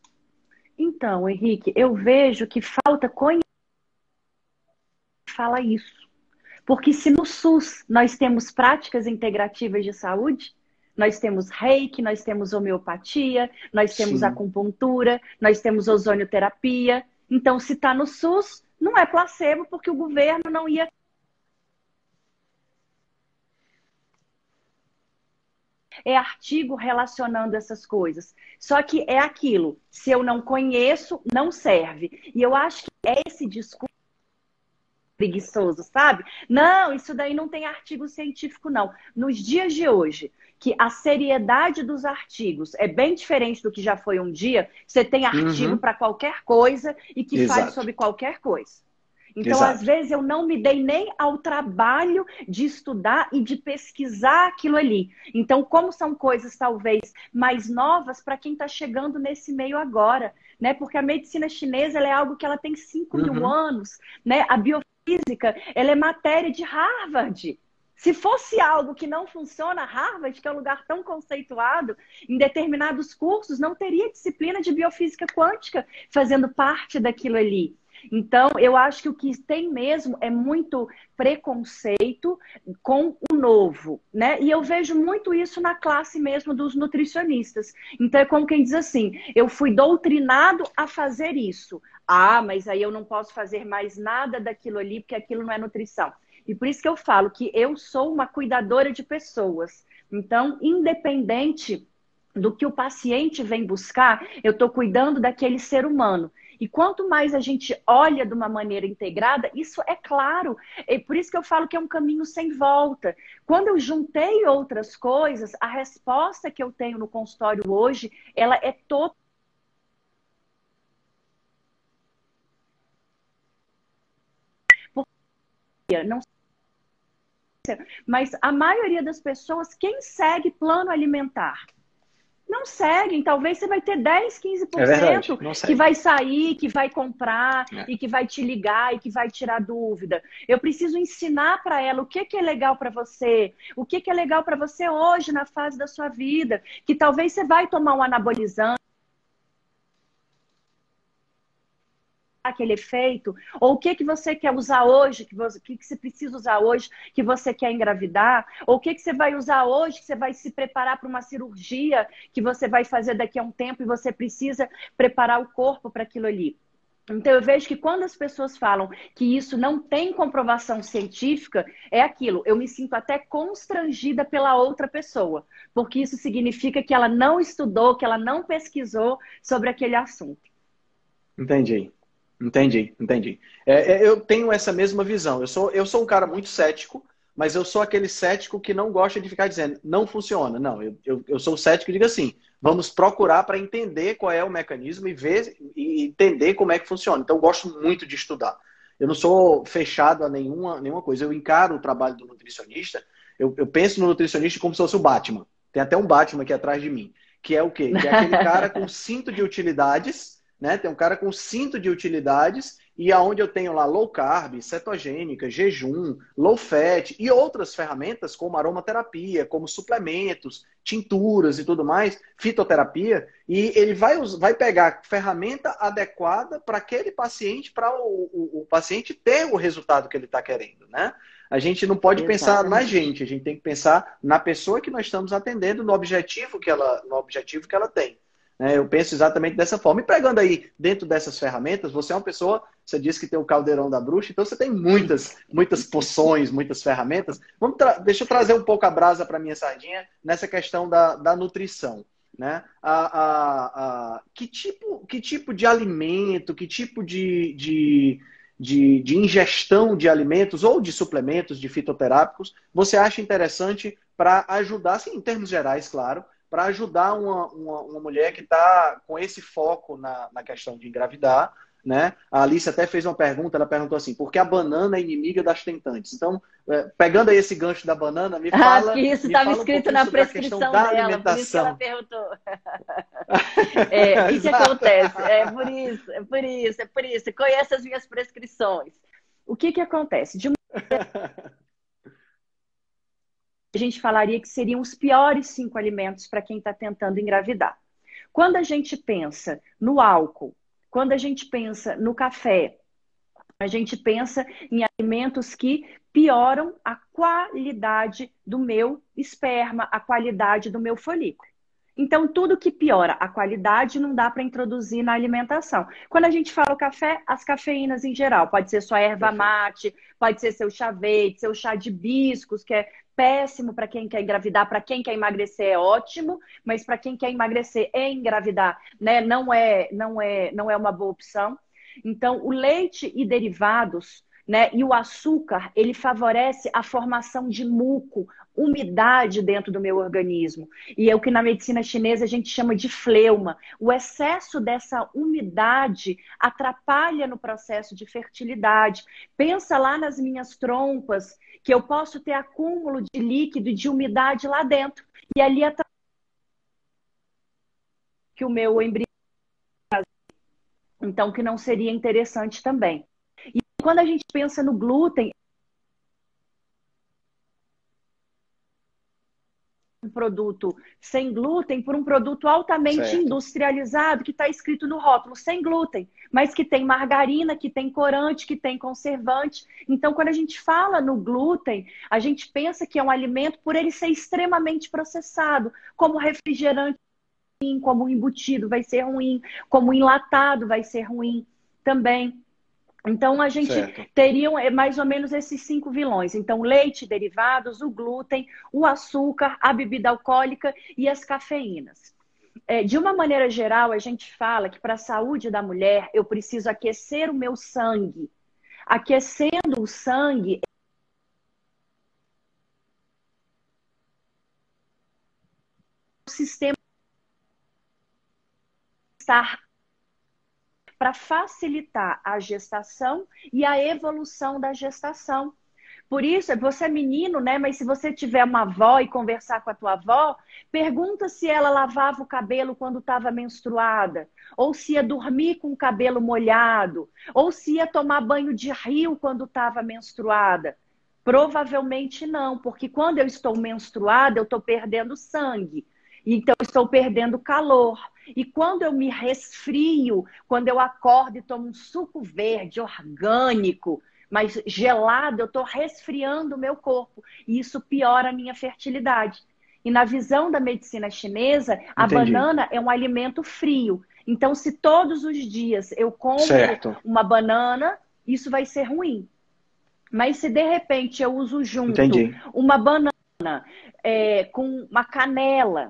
Então, Henrique, eu vejo que falta conhecimento fala isso. Porque se no SUS nós temos práticas integrativas de saúde, nós temos reiki, nós temos homeopatia, nós temos Sim. acupuntura, nós temos ozonioterapia. Então, se está no SUS, não é placebo, porque o governo não ia... É artigo relacionando essas coisas. Só que é aquilo, se eu não conheço, não serve. E eu acho que é esse discurso preguiçoso, sabe? Não, isso daí não tem artigo científico, não. Nos dias de hoje, que a seriedade dos artigos é bem diferente do que já foi um dia, você tem artigo Uhum. para qualquer coisa e que Exato. fale sobre qualquer coisa. Então, Exato. às vezes, eu não me dei nem ao trabalho de estudar e de pesquisar aquilo ali. Então, como são coisas, talvez, mais novas para quem está chegando nesse meio agora, né? Porque a medicina chinesa ela é algo que ela tem cinco mil Uhum. anos, né? A biofísica, ela é matéria de Harvard. Se fosse algo que não funciona, Harvard, que é um lugar tão conceituado, em determinados cursos, não teria disciplina de biofísica quântica fazendo parte daquilo ali. Então, eu acho que o que tem mesmo é muito preconceito com o novo, né? E eu vejo muito isso na classe mesmo dos nutricionistas. Então, é como quem diz assim, eu fui doutrinado a fazer isso. Ah, mas aí eu não posso fazer mais nada daquilo ali, porque aquilo não é nutrição. E por isso que eu falo que eu sou uma cuidadora de pessoas. Então, independente do que o paciente vem buscar, eu estou cuidando daquele ser humano. E quanto mais a gente olha de uma maneira integrada, isso é claro. É por isso que eu falo que é um caminho sem volta. Quando eu juntei outras coisas, a resposta que eu tenho no consultório hoje, ela é total. Não, mas a maioria das pessoas, quem segue plano alimentar? Não seguem, talvez você vai ter dez, quinze por cento é que vai sair, que vai comprar é. e que vai te ligar e que vai tirar dúvida. Eu preciso ensinar para ela o que, que é legal para você, o que, que é legal para você hoje na fase da sua vida, que talvez você vai tomar um anabolizante, aquele efeito, ou o que que você quer usar hoje, que você, que, que você precisa usar hoje, que você quer engravidar, ou o que que você vai usar hoje, que você vai se preparar para uma cirurgia que você vai fazer daqui a um tempo e você precisa preparar o corpo para aquilo ali. Então eu vejo que quando as pessoas falam que isso não tem comprovação científica, é aquilo, eu me sinto até constrangida pela outra pessoa, porque isso significa que ela não estudou, que ela não pesquisou sobre aquele assunto. Entendi. Entendi, entendi. É, é, eu tenho essa mesma visão. Eu sou, eu sou um cara muito cético, mas eu sou aquele cético que não gosta de ficar dizendo, não funciona. Não, eu, eu, eu sou o cético que digo assim, vamos procurar para entender qual é o mecanismo e ver e entender como é que funciona. Então, eu gosto muito de estudar. Eu não sou fechado a nenhuma, nenhuma coisa. Eu encaro o trabalho do nutricionista, eu, eu penso no nutricionista como se fosse o Batman. Tem até um Batman aqui atrás de mim, que é o quê? Que é aquele cara com cinto de utilidades. Né? Tem um cara com cinto de utilidades e aonde eu tenho lá low carb, cetogênica, jejum, low fat e outras ferramentas como aromaterapia, como suplementos, tinturas e tudo mais, fitoterapia, e ele vai, vai pegar ferramenta adequada para aquele paciente, para o, o, o paciente ter o resultado que ele está querendo, né? A gente não pode Exatamente. pensar na gente, a gente tem que pensar na pessoa que nós estamos atendendo, no objetivo que ela, no objetivo que ela tem. Eu penso exatamente dessa forma. E pegando aí dentro dessas ferramentas, você é uma pessoa, você disse que tem o caldeirão da bruxa, então você tem muitas, muitas poções, muitas ferramentas. Vamos Deixa eu trazer um pouco a brasa para minha sardinha nessa questão da, da nutrição. Né? A, a, a, que, tipo, que tipo de alimento, que tipo de, de, de, de ingestão de alimentos ou de suplementos, de fitoterápicos, você acha interessante para ajudar, assim, em termos gerais, claro, para ajudar uma, uma, uma mulher que está com esse foco na, na questão de engravidar, né? A Alice até fez uma pergunta, ela perguntou assim, por que a banana é inimiga das tentantes? Então, pegando aí esse gancho da banana, me fala... Ah, que isso estava estava escrito um na prescrição da dela, por isso que ela perguntou. É, o que acontece? É por isso, é por isso, é por isso. Você conhece as minhas prescrições. O que que acontece? De uma... a gente falaria que seriam os piores cinco alimentos para quem está tentando engravidar. Quando a gente pensa no álcool, quando a gente pensa no café, a gente pensa em alimentos que pioram a qualidade do meu esperma, a qualidade do meu folículo. Então, tudo que piora a qualidade não dá para introduzir na alimentação. Quando a gente fala o café, as cafeínas em geral. Pode ser sua erva mate, pode ser seu chá verde, seu chá de hibiscos, que é péssimo para quem quer engravidar, para quem quer emagrecer é ótimo, mas para quem quer emagrecer e engravidar, né, não é, não é, não é uma boa opção. Então, o leite e derivados, né, e o açúcar, ele favorece a formação de muco, umidade dentro do meu organismo. E é o que na medicina chinesa a gente chama de fleuma. O excesso dessa umidade atrapalha no processo de fertilidade. Pensa lá nas minhas trompas, que eu posso ter acúmulo de líquido e de umidade lá dentro. E ali atrapalha que o meu embrião... Então, que não seria interessante também. E quando a gente pensa no glúten, um produto sem glúten por um produto altamente certo. industrializado que está escrito no rótulo sem glúten, mas que tem margarina, que tem corante, que tem conservante. Então, quando a gente fala no glúten, a gente pensa que é um alimento por ele ser extremamente processado, como refrigerante, como embutido vai ser ruim, como enlatado vai ser ruim também. Então, a gente certo. teria mais ou menos esses cinco vilões. Então, leite, derivados, o glúten, o açúcar, a bebida alcoólica e as cafeínas. é, de uma maneira geral, a gente fala que para a saúde da mulher, eu preciso aquecer o meu sangue. Aquecendo o sangue, o sistema estar para facilitar a gestação e a evolução da gestação. Por isso, você é menino, né? Mas se você tiver uma avó e conversar com a tua avó, pergunta se ela lavava o cabelo quando estava menstruada, ou se ia dormir com o cabelo molhado, ou se ia tomar banho de rio quando estava menstruada. Provavelmente não, porque quando eu estou menstruada, eu estou perdendo sangue. Então, eu estou perdendo calor. E quando eu me resfrio, quando eu acordo e tomo um suco verde, orgânico, mas gelado, eu estou resfriando o meu corpo. E isso piora a minha fertilidade. E na visão da medicina chinesa, a Entendi. banana é um alimento frio. Então, se todos os dias eu como Certo. uma banana, isso vai ser ruim. Mas se de repente eu uso junto Entendi. uma banana é, com uma canela,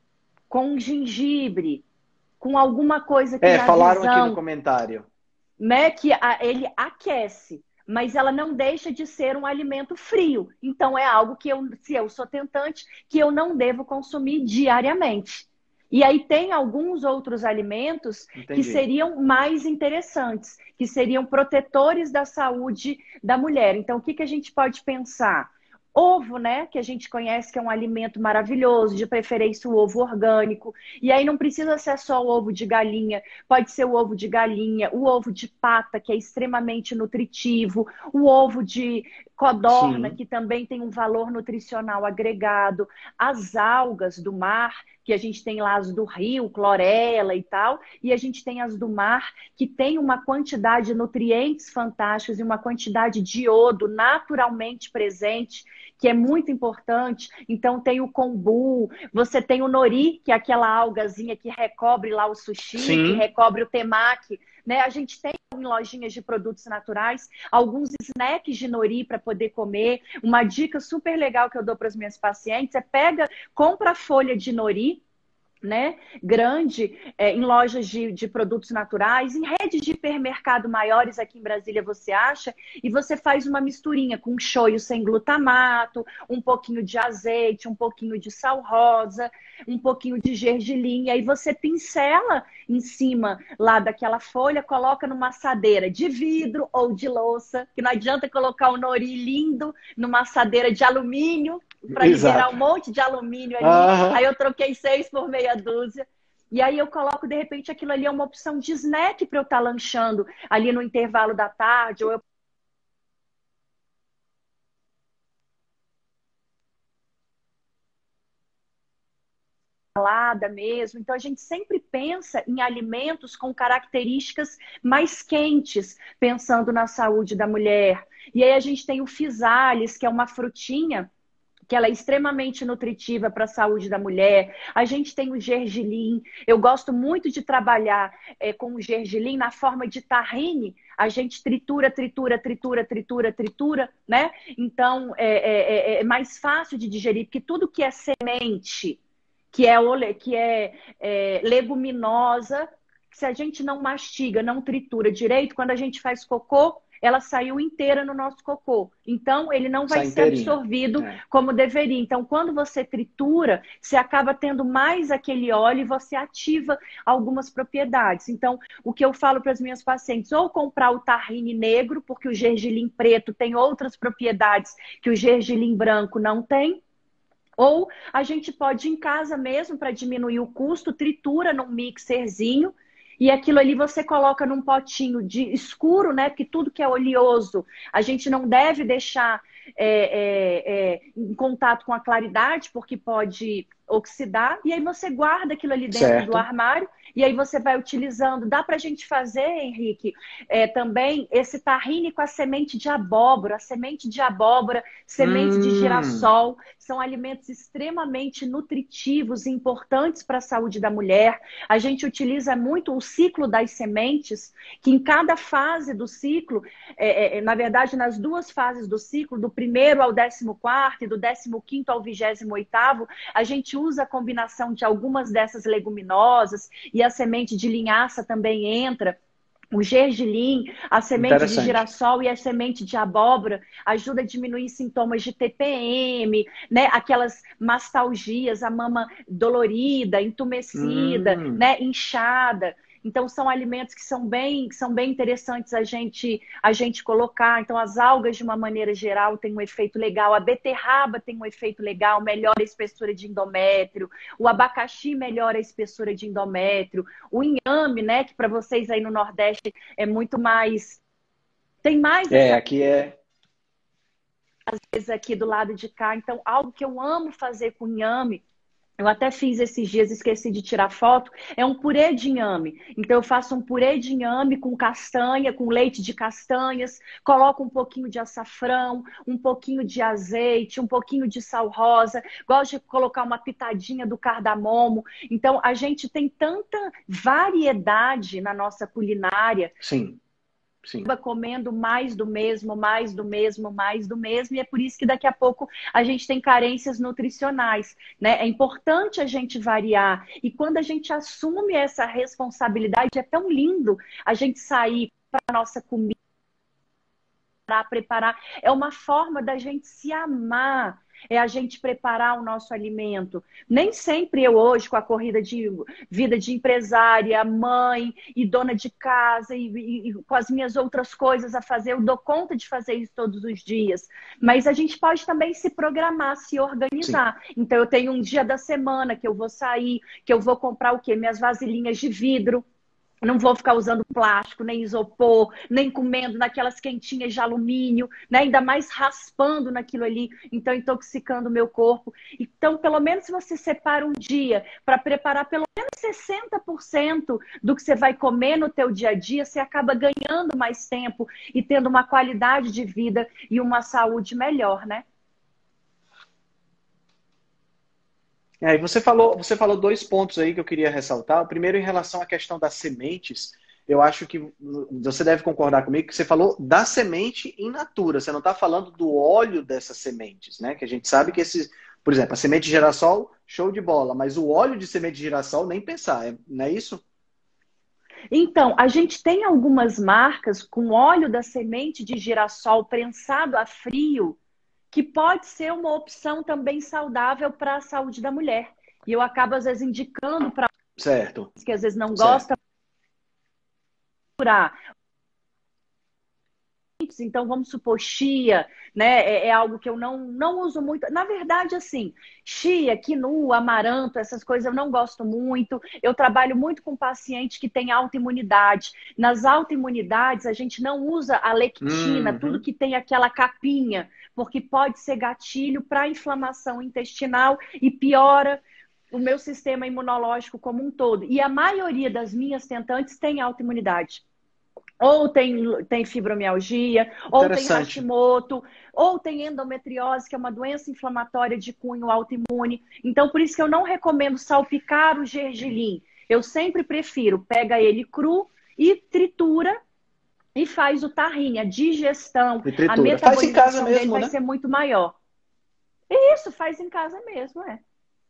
com gengibre, com alguma coisa que É, na falaram aqui no visão, comentário. né, que a, ele aquece, mas ela não deixa de ser um alimento frio. Então é algo que eu, se eu sou tentante, que eu não devo consumir diariamente. E aí tem alguns outros alimentos Entendi. que seriam mais interessantes, que seriam protetores da saúde da mulher. Então o que, que a gente pode pensar? Ovo, né? Que a gente conhece que é um alimento maravilhoso, de preferência o ovo orgânico. E aí não precisa ser só o ovo de galinha, pode ser o ovo de galinha, o ovo de pata, que é extremamente nutritivo, o ovo de codorna, Sim. que também tem um valor nutricional agregado, as algas do mar, que a gente tem lá as do rio, clorela e tal, e a gente tem as do mar, que tem uma quantidade de nutrientes fantásticos e uma quantidade de iodo naturalmente presente, que é muito importante. Então tem o kombu, você tem o nori, que é aquela algazinha que recobre lá o sushi, Sim. que recobre o temaki, né? A gente tem em lojinhas de produtos naturais alguns snacks de nori para poder comer. Uma dica super legal que eu dou para as minhas pacientes é pega, compra a folha de nori, né, grande, é, em lojas de, de produtos naturais, em redes de hipermercado maiores aqui em Brasília você acha, e você faz uma misturinha com shoyu sem glutamato, um pouquinho de azeite, um pouquinho de sal rosa, um pouquinho de gergelim, e aí você pincela em cima lá daquela folha, coloca numa assadeira de vidro ou de louça, que não adianta colocar o nori lindo numa assadeira de alumínio, para liberar um monte de alumínio ali. Aham. Aí eu troquei seis por meia dúzia. E aí eu coloco, de repente, aquilo ali é uma opção de snack para eu estar lanchando ali no intervalo da tarde, ou eu salada mesmo. Então a gente sempre pensa em alimentos com características mais quentes, pensando na saúde da mulher. E aí a gente tem o physalis, que é uma frutinha que ela é extremamente nutritiva para a saúde da mulher. A gente tem o gergelim. Eu gosto muito de trabalhar é, com o gergelim na forma de tahine. A gente tritura, tritura, tritura, tritura, tritura, né? Então, é, é, é mais fácil de digerir, porque tudo que é semente, que é, ole, que é, é leguminosa, se a gente não mastiga, não tritura direito, quando a gente faz cocô, ela saiu inteira no nosso cocô. Então, ele não vai Sai ser inteirinho. absorvido É. como deveria. Então, quando você tritura, você acaba tendo mais aquele óleo e você ativa algumas propriedades. Então, o que eu falo para as minhas pacientes, ou comprar o tahine negro, porque o gergelim preto tem outras propriedades que o gergelim branco não tem. Ou a gente pode ir em casa mesmo, para diminuir o custo, tritura num mixerzinho, e aquilo ali você coloca num potinho de escuro, né? Porque tudo que é oleoso, a gente não deve deixar é, é, é, em contato com a claridade, porque pode oxidar. E aí você guarda aquilo ali dentro Certo. do armário, e aí você vai utilizando. Dá pra gente fazer, Henrique, é, também esse tahine com a semente de abóbora. A semente de abóbora, semente de Hum. girassol, são alimentos extremamente nutritivos e importantes para a saúde da mulher. A gente utiliza muito o ciclo das sementes, que em cada fase do ciclo, é, é, na verdade, nas duas fases do ciclo, do primeiro ao décimo quarto e do décimo quinto ao vigésimo oitavo, a gente usa a combinação de algumas dessas leguminosas e a semente de linhaça também entra. O gergelim, a semente de girassol e a semente de abóbora ajuda a diminuir sintomas de T P M, né? Aquelas mastalgias, a mama dolorida, entumecida, hum. né? Inchada. Então, são alimentos que são bem, que são bem interessantes a gente, a gente colocar. Então, as algas, de uma maneira geral, têm um efeito legal. A beterraba tem um efeito legal, melhora a espessura de endométrio. O abacaxi melhora a espessura de endométrio. O inhame, né, que para vocês aí no Nordeste é muito mais... Tem mais... É, aqui é... Às vezes aqui do lado de cá. Então, algo que eu amo fazer com inhame, eu até fiz esses dias, esqueci de tirar foto, é um purê de inhame. Então eu faço um purê de inhame com castanha, com leite de castanhas, coloco um pouquinho de açafrão, um pouquinho de azeite, um pouquinho de sal rosa, gosto de colocar uma pitadinha do cardamomo. Então a gente tem tanta variedade na nossa culinária. Sim. Sim. Comendo mais do mesmo, mais do mesmo, mais do mesmo, e é por isso que daqui a pouco a gente tem carências nutricionais, né? É importante a gente variar, e quando a gente assume essa responsabilidade, é tão lindo a gente sair para a nossa comida, para preparar, é uma forma da gente se amar. É a gente preparar o nosso alimento. Nem sempre eu hoje, com a corrida de vida de empresária, mãe e dona de casa e, e, e com as minhas outras coisas a fazer, eu dou conta de fazer isso todos os dias. Mas a gente pode também se programar, se organizar. Sim. Então eu tenho um dia da semana que eu vou sair, que eu vou comprar o quê? Minhas vasilhinhas de vidro. Não vou ficar usando plástico, nem isopor, nem comendo naquelas quentinhas de alumínio, né? Ainda mais raspando naquilo ali, então intoxicando o meu corpo. Então, pelo menos se você separa um dia para preparar pelo menos sessenta por cento do que você vai comer no teu dia a dia, você acaba ganhando mais tempo e tendo uma qualidade de vida e uma saúde melhor, né? É, e você falou, você falou dois pontos aí que eu queria ressaltar. O primeiro, em relação à questão das sementes, eu acho que você deve concordar comigo que você falou da semente in natura. Você não está falando do óleo dessas sementes, né? Que a gente sabe que esses, por exemplo, a semente de girassol, show de bola, mas o óleo de semente de girassol, nem pensar, é, não é isso? Então, a gente tem algumas marcas com óleo da semente de girassol prensado a frio, que pode ser uma opção também saudável para a saúde da mulher. E eu acabo, às vezes, indicando para certo. que às vezes não gostam. Então, vamos supor, chia, né? É, é algo que eu não, não uso muito. Na verdade, assim, chia, quinua, amaranto, essas coisas eu não gosto muito. Eu trabalho muito com paciente que tem autoimunidade. Nas autoimunidades, a gente não usa a lectina, uhum. tudo que tem aquela capinha, porque pode ser gatilho para inflamação intestinal e piora o meu sistema imunológico como um todo. E a maioria das minhas tentantes tem autoimunidade. Ou tem, tem fibromialgia, ou tem Hashimoto, ou tem endometriose, que é uma doença inflamatória de cunho autoimune. Então, por isso que eu não recomendo salpicar o gergelim. Eu sempre prefiro, pega ele cru e tritura e faz o tahine. A digestão, a metabolização dele mesmo, vai né? ser muito maior. Isso, faz em casa mesmo, é.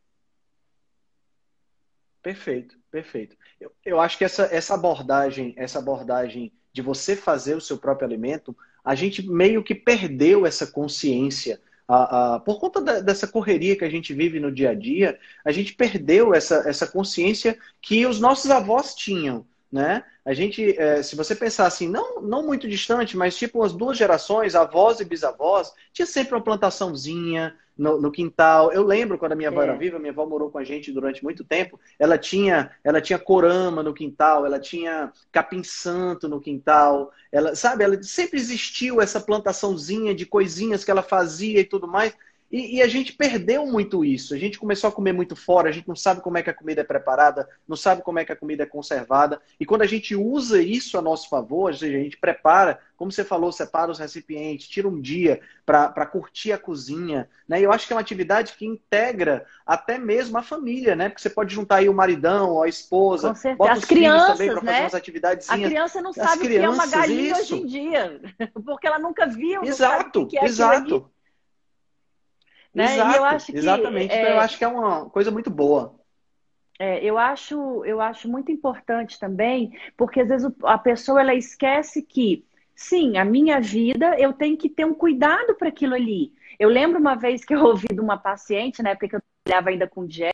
Perfeito, perfeito. Eu, eu acho que essa, essa abordagem, essa abordagem de você fazer o seu próprio alimento, a gente meio que perdeu essa consciência. A, a, por conta da, dessa correria que a gente vive no dia a dia, a gente perdeu essa, essa consciência que os nossos avós tinham, né? A gente, é, se você pensar assim, não, não muito distante, mas tipo as duas gerações, avós e bisavós, tinha sempre uma plantaçãozinha no, no quintal. Eu lembro quando a minha avó é. era viva, minha avó morou com a gente durante muito tempo, ela tinha, ela tinha corama no quintal, ela tinha capim-santo no quintal, ela, sabe, ela sempre existiu essa plantaçãozinha de coisinhas que ela fazia e tudo mais. E, e a gente perdeu muito isso. A gente começou a comer muito fora, a gente não sabe como é que a comida é preparada, não sabe como é que a comida é conservada. E quando a gente usa isso a nosso favor, ou seja, a gente prepara, como você falou, separa os recipientes, tira um dia para curtir a cozinha, né? E eu acho que é uma atividade que integra até mesmo a família, né? Porque você pode juntar aí o maridão ou a esposa, com certeza. bota as os crianças, filhos também para né? fazer umas atividadezinhas. A criança não As sabe crianças, o que é uma galinha isso. hoje em dia, porque ela nunca viu, não exato, sabe o que é exato. Né? Exato, e eu acho que, exatamente. é, Então, eu acho que é uma coisa muito boa. É, eu acho, eu acho muito importante também, porque às vezes o- a pessoa ela esquece que, sim, a minha vida eu tenho que ter um cuidado para aquilo ali. Eu lembro uma vez que eu ouvi de uma paciente, na época que eu trabalhava ainda com dieta,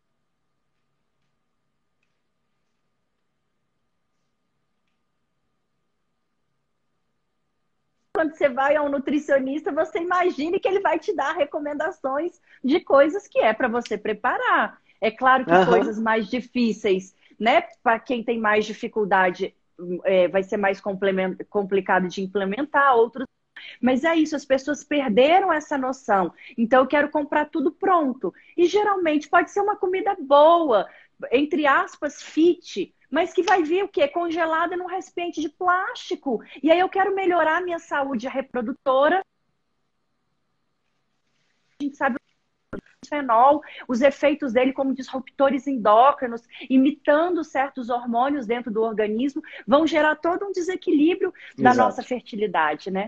quando você vai a um nutricionista, você imagine que ele vai te dar recomendações de coisas que é para você preparar. É claro que Aham, coisas mais difíceis, né? Para quem tem mais dificuldade, é, vai ser mais complemen- complicado de implementar, outros. Mas é isso, as pessoas perderam essa noção. Então, eu quero comprar tudo pronto. E geralmente pode ser uma comida boa, entre aspas, fit, mas que vai vir o quê? Congelada num recipiente de plástico. E aí eu quero melhorar a minha saúde reprodutora. A gente sabe o fenol, os efeitos dele como disruptores endócrinos, imitando certos hormônios dentro do organismo, vão gerar todo um desequilíbrio da nossa exato. fertilidade, né?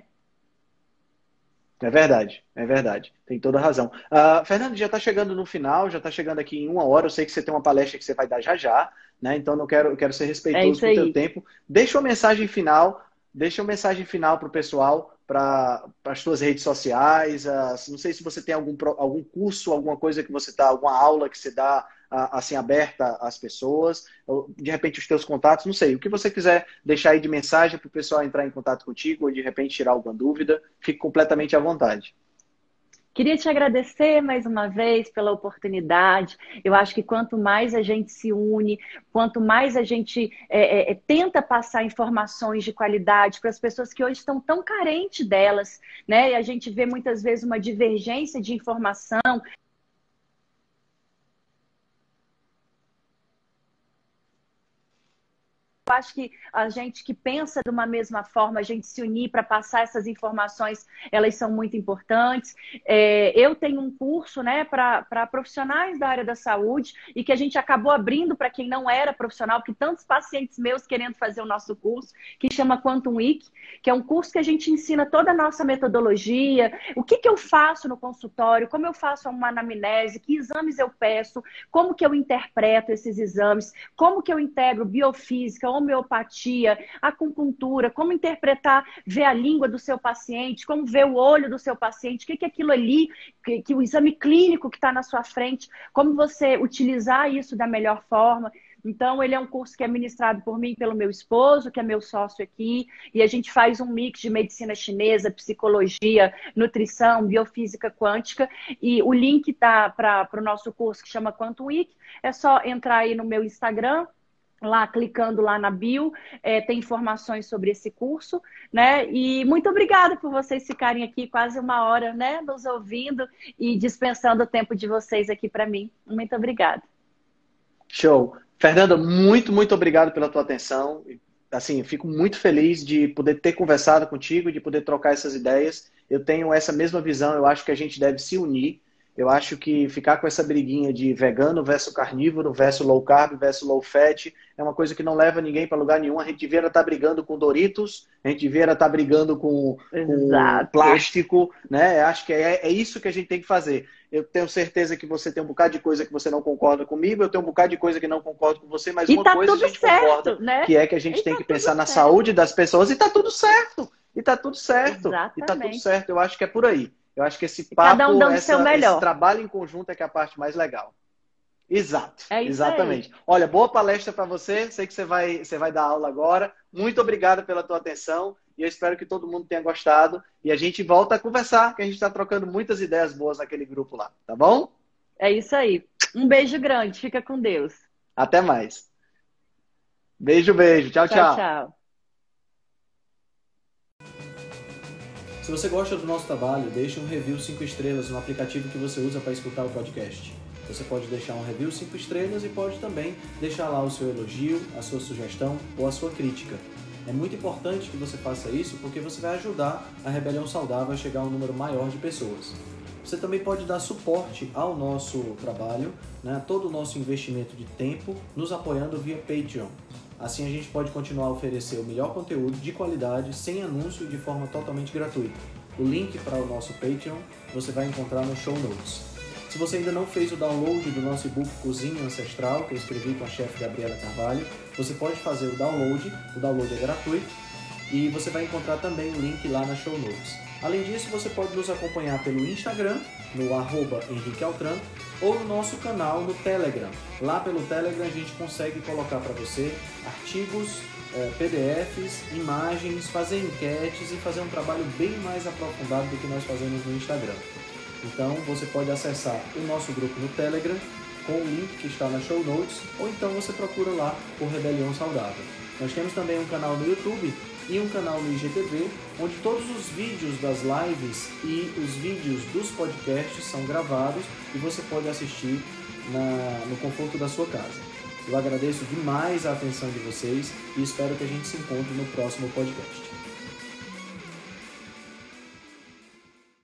É verdade, é verdade. Tem toda a razão. Ah, Fernando, já está chegando no final, já está chegando aqui em uma hora. Eu sei que você tem uma palestra que você vai dar já já, né? Então eu quero, eu quero ser É respeitoso isso com o teu aí. tempo. Deixa uma mensagem final, deixa uma mensagem final para o pessoal, para as suas redes sociais. ah, não sei se você tem algum, pro- algum curso, alguma coisa que você dá, alguma aula que você dá ah, assim aberta às pessoas, ou de repente os teus contatos, não sei. O que você quiser deixar aí de mensagem para o pessoal entrar em contato contigo, ou de repente tirar alguma dúvida, fique completamente à vontade. Queria te agradecer mais uma vez pela oportunidade. Eu acho que quanto mais a gente se une, quanto mais a gente é, é, é, tenta passar informações de qualidade para as pessoas que hoje estão tão carentes delas, né? E a gente vê muitas vezes uma divergência de informação. Eu acho que a gente que pensa de uma mesma forma, a gente se unir para passar essas informações, elas são muito importantes. É, eu tenho um curso, né, para profissionais da área da saúde e que a gente acabou abrindo para quem não era profissional, porque tantos pacientes meus querendo fazer o nosso curso, que chama Quantum Week, que é um curso que a gente ensina toda a nossa metodologia, o que, que eu faço no consultório, como eu faço uma anamnese, que exames eu peço, como que eu interpreto esses exames, como que eu integro biofísica, homeopatia, acupuntura, como interpretar, ver a língua do seu paciente, como ver o olho do seu paciente, o que é aquilo ali, que, que o exame clínico que está na sua frente, como você utilizar isso da melhor forma. Então, ele é um curso que é ministrado por mim e pelo meu esposo, que é meu sócio aqui, e a gente faz um mix de medicina chinesa, psicologia, nutrição, biofísica quântica, e o link tá para o nosso curso que chama Quantum Week, é só entrar aí no meu Instagram, lá clicando lá na bio, é, tem informações sobre esse curso, né? E muito obrigada por vocês ficarem aqui quase uma hora, né, nos ouvindo e dispensando o tempo de vocês aqui para mim. Muito obrigada. Show. Fernanda, muito, muito obrigado pela tua atenção. Assim, eu fico muito feliz de poder ter conversado contigo, de poder trocar essas ideias. Eu tenho essa mesma visão, eu acho que a gente deve se unir. Eu acho que ficar com essa briguinha de vegano versus carnívoro, versus low carb, versus low fat, é uma coisa que não leva ninguém para lugar nenhum. A gente devia estar brigando com Doritos, a gente devia estar brigando com, com Exato. plástico, né? Acho que é, é isso que a gente tem que fazer. Eu tenho certeza que você tem um bocado de coisa que você não concorda comigo, eu tenho um bocado de coisa que não concordo com você, mas E uma tá coisa a tudo gente concorda, certo, né? que é que a gente E tem tá que tudo pensar na certo. saúde das pessoas e tá tudo certo. E tá tudo certo. E tá tudo Exatamente. certo. Eu acho que é por aí. Eu acho que esse Cada um papo, dando o seu essa, esse melhor. trabalho em conjunto é que é a parte mais legal. Exato, É isso aí. exatamente. Olha, boa palestra para você. Sei que você vai, você vai dar aula agora. Muito obrigado pela tua atenção e eu espero que todo mundo tenha gostado. E a gente volta a conversar, que a gente está trocando muitas ideias boas naquele grupo lá, tá bom? É isso aí. Um beijo grande. Fica com Deus. Até mais. Beijo, beijo. Tchau, Tchau, tchau. tchau. Se você gosta do nosso trabalho, deixe um review cinco estrelas no aplicativo que você usa para escutar o podcast. Você pode deixar um review cinco estrelas e pode também deixar lá o seu elogio, a sua sugestão ou a sua crítica. É muito importante que você faça isso porque você vai ajudar a Rebelião Saudável a chegar a um número maior de pessoas. Você também pode dar suporte ao nosso trabalho, né, todo o nosso investimento de tempo, nos apoiando via Patreon. Assim a gente pode continuar a oferecer o melhor conteúdo de qualidade, sem anúncio e de forma totalmente gratuita. O link para o nosso Patreon você vai encontrar no show notes. Se você ainda não fez o download do nosso e-book Cozinha Ancestral, que eu escrevi com a chefe Gabriela Carvalho, você pode fazer o download, o download é gratuito, e você vai encontrar também o link lá na show notes. Além disso, você pode nos acompanhar pelo Instagram, no arroba Henrique Altran, ou no nosso canal no Telegram. Lá pelo Telegram a gente consegue colocar para você artigos, P D Fs, imagens, fazer enquetes e fazer um trabalho bem mais aprofundado do que nós fazemos no Instagram. Então você pode acessar o nosso grupo no Telegram com o link que está na show notes, ou então você procura lá por Rebelião Saudável. Nós temos também um canal no YouTube e um canal no I G T V, onde todos os vídeos das lives e os vídeos dos podcasts são gravados e você pode assistir na, no conforto da sua casa. Eu agradeço demais a atenção de vocês e espero que a gente se encontre no próximo podcast.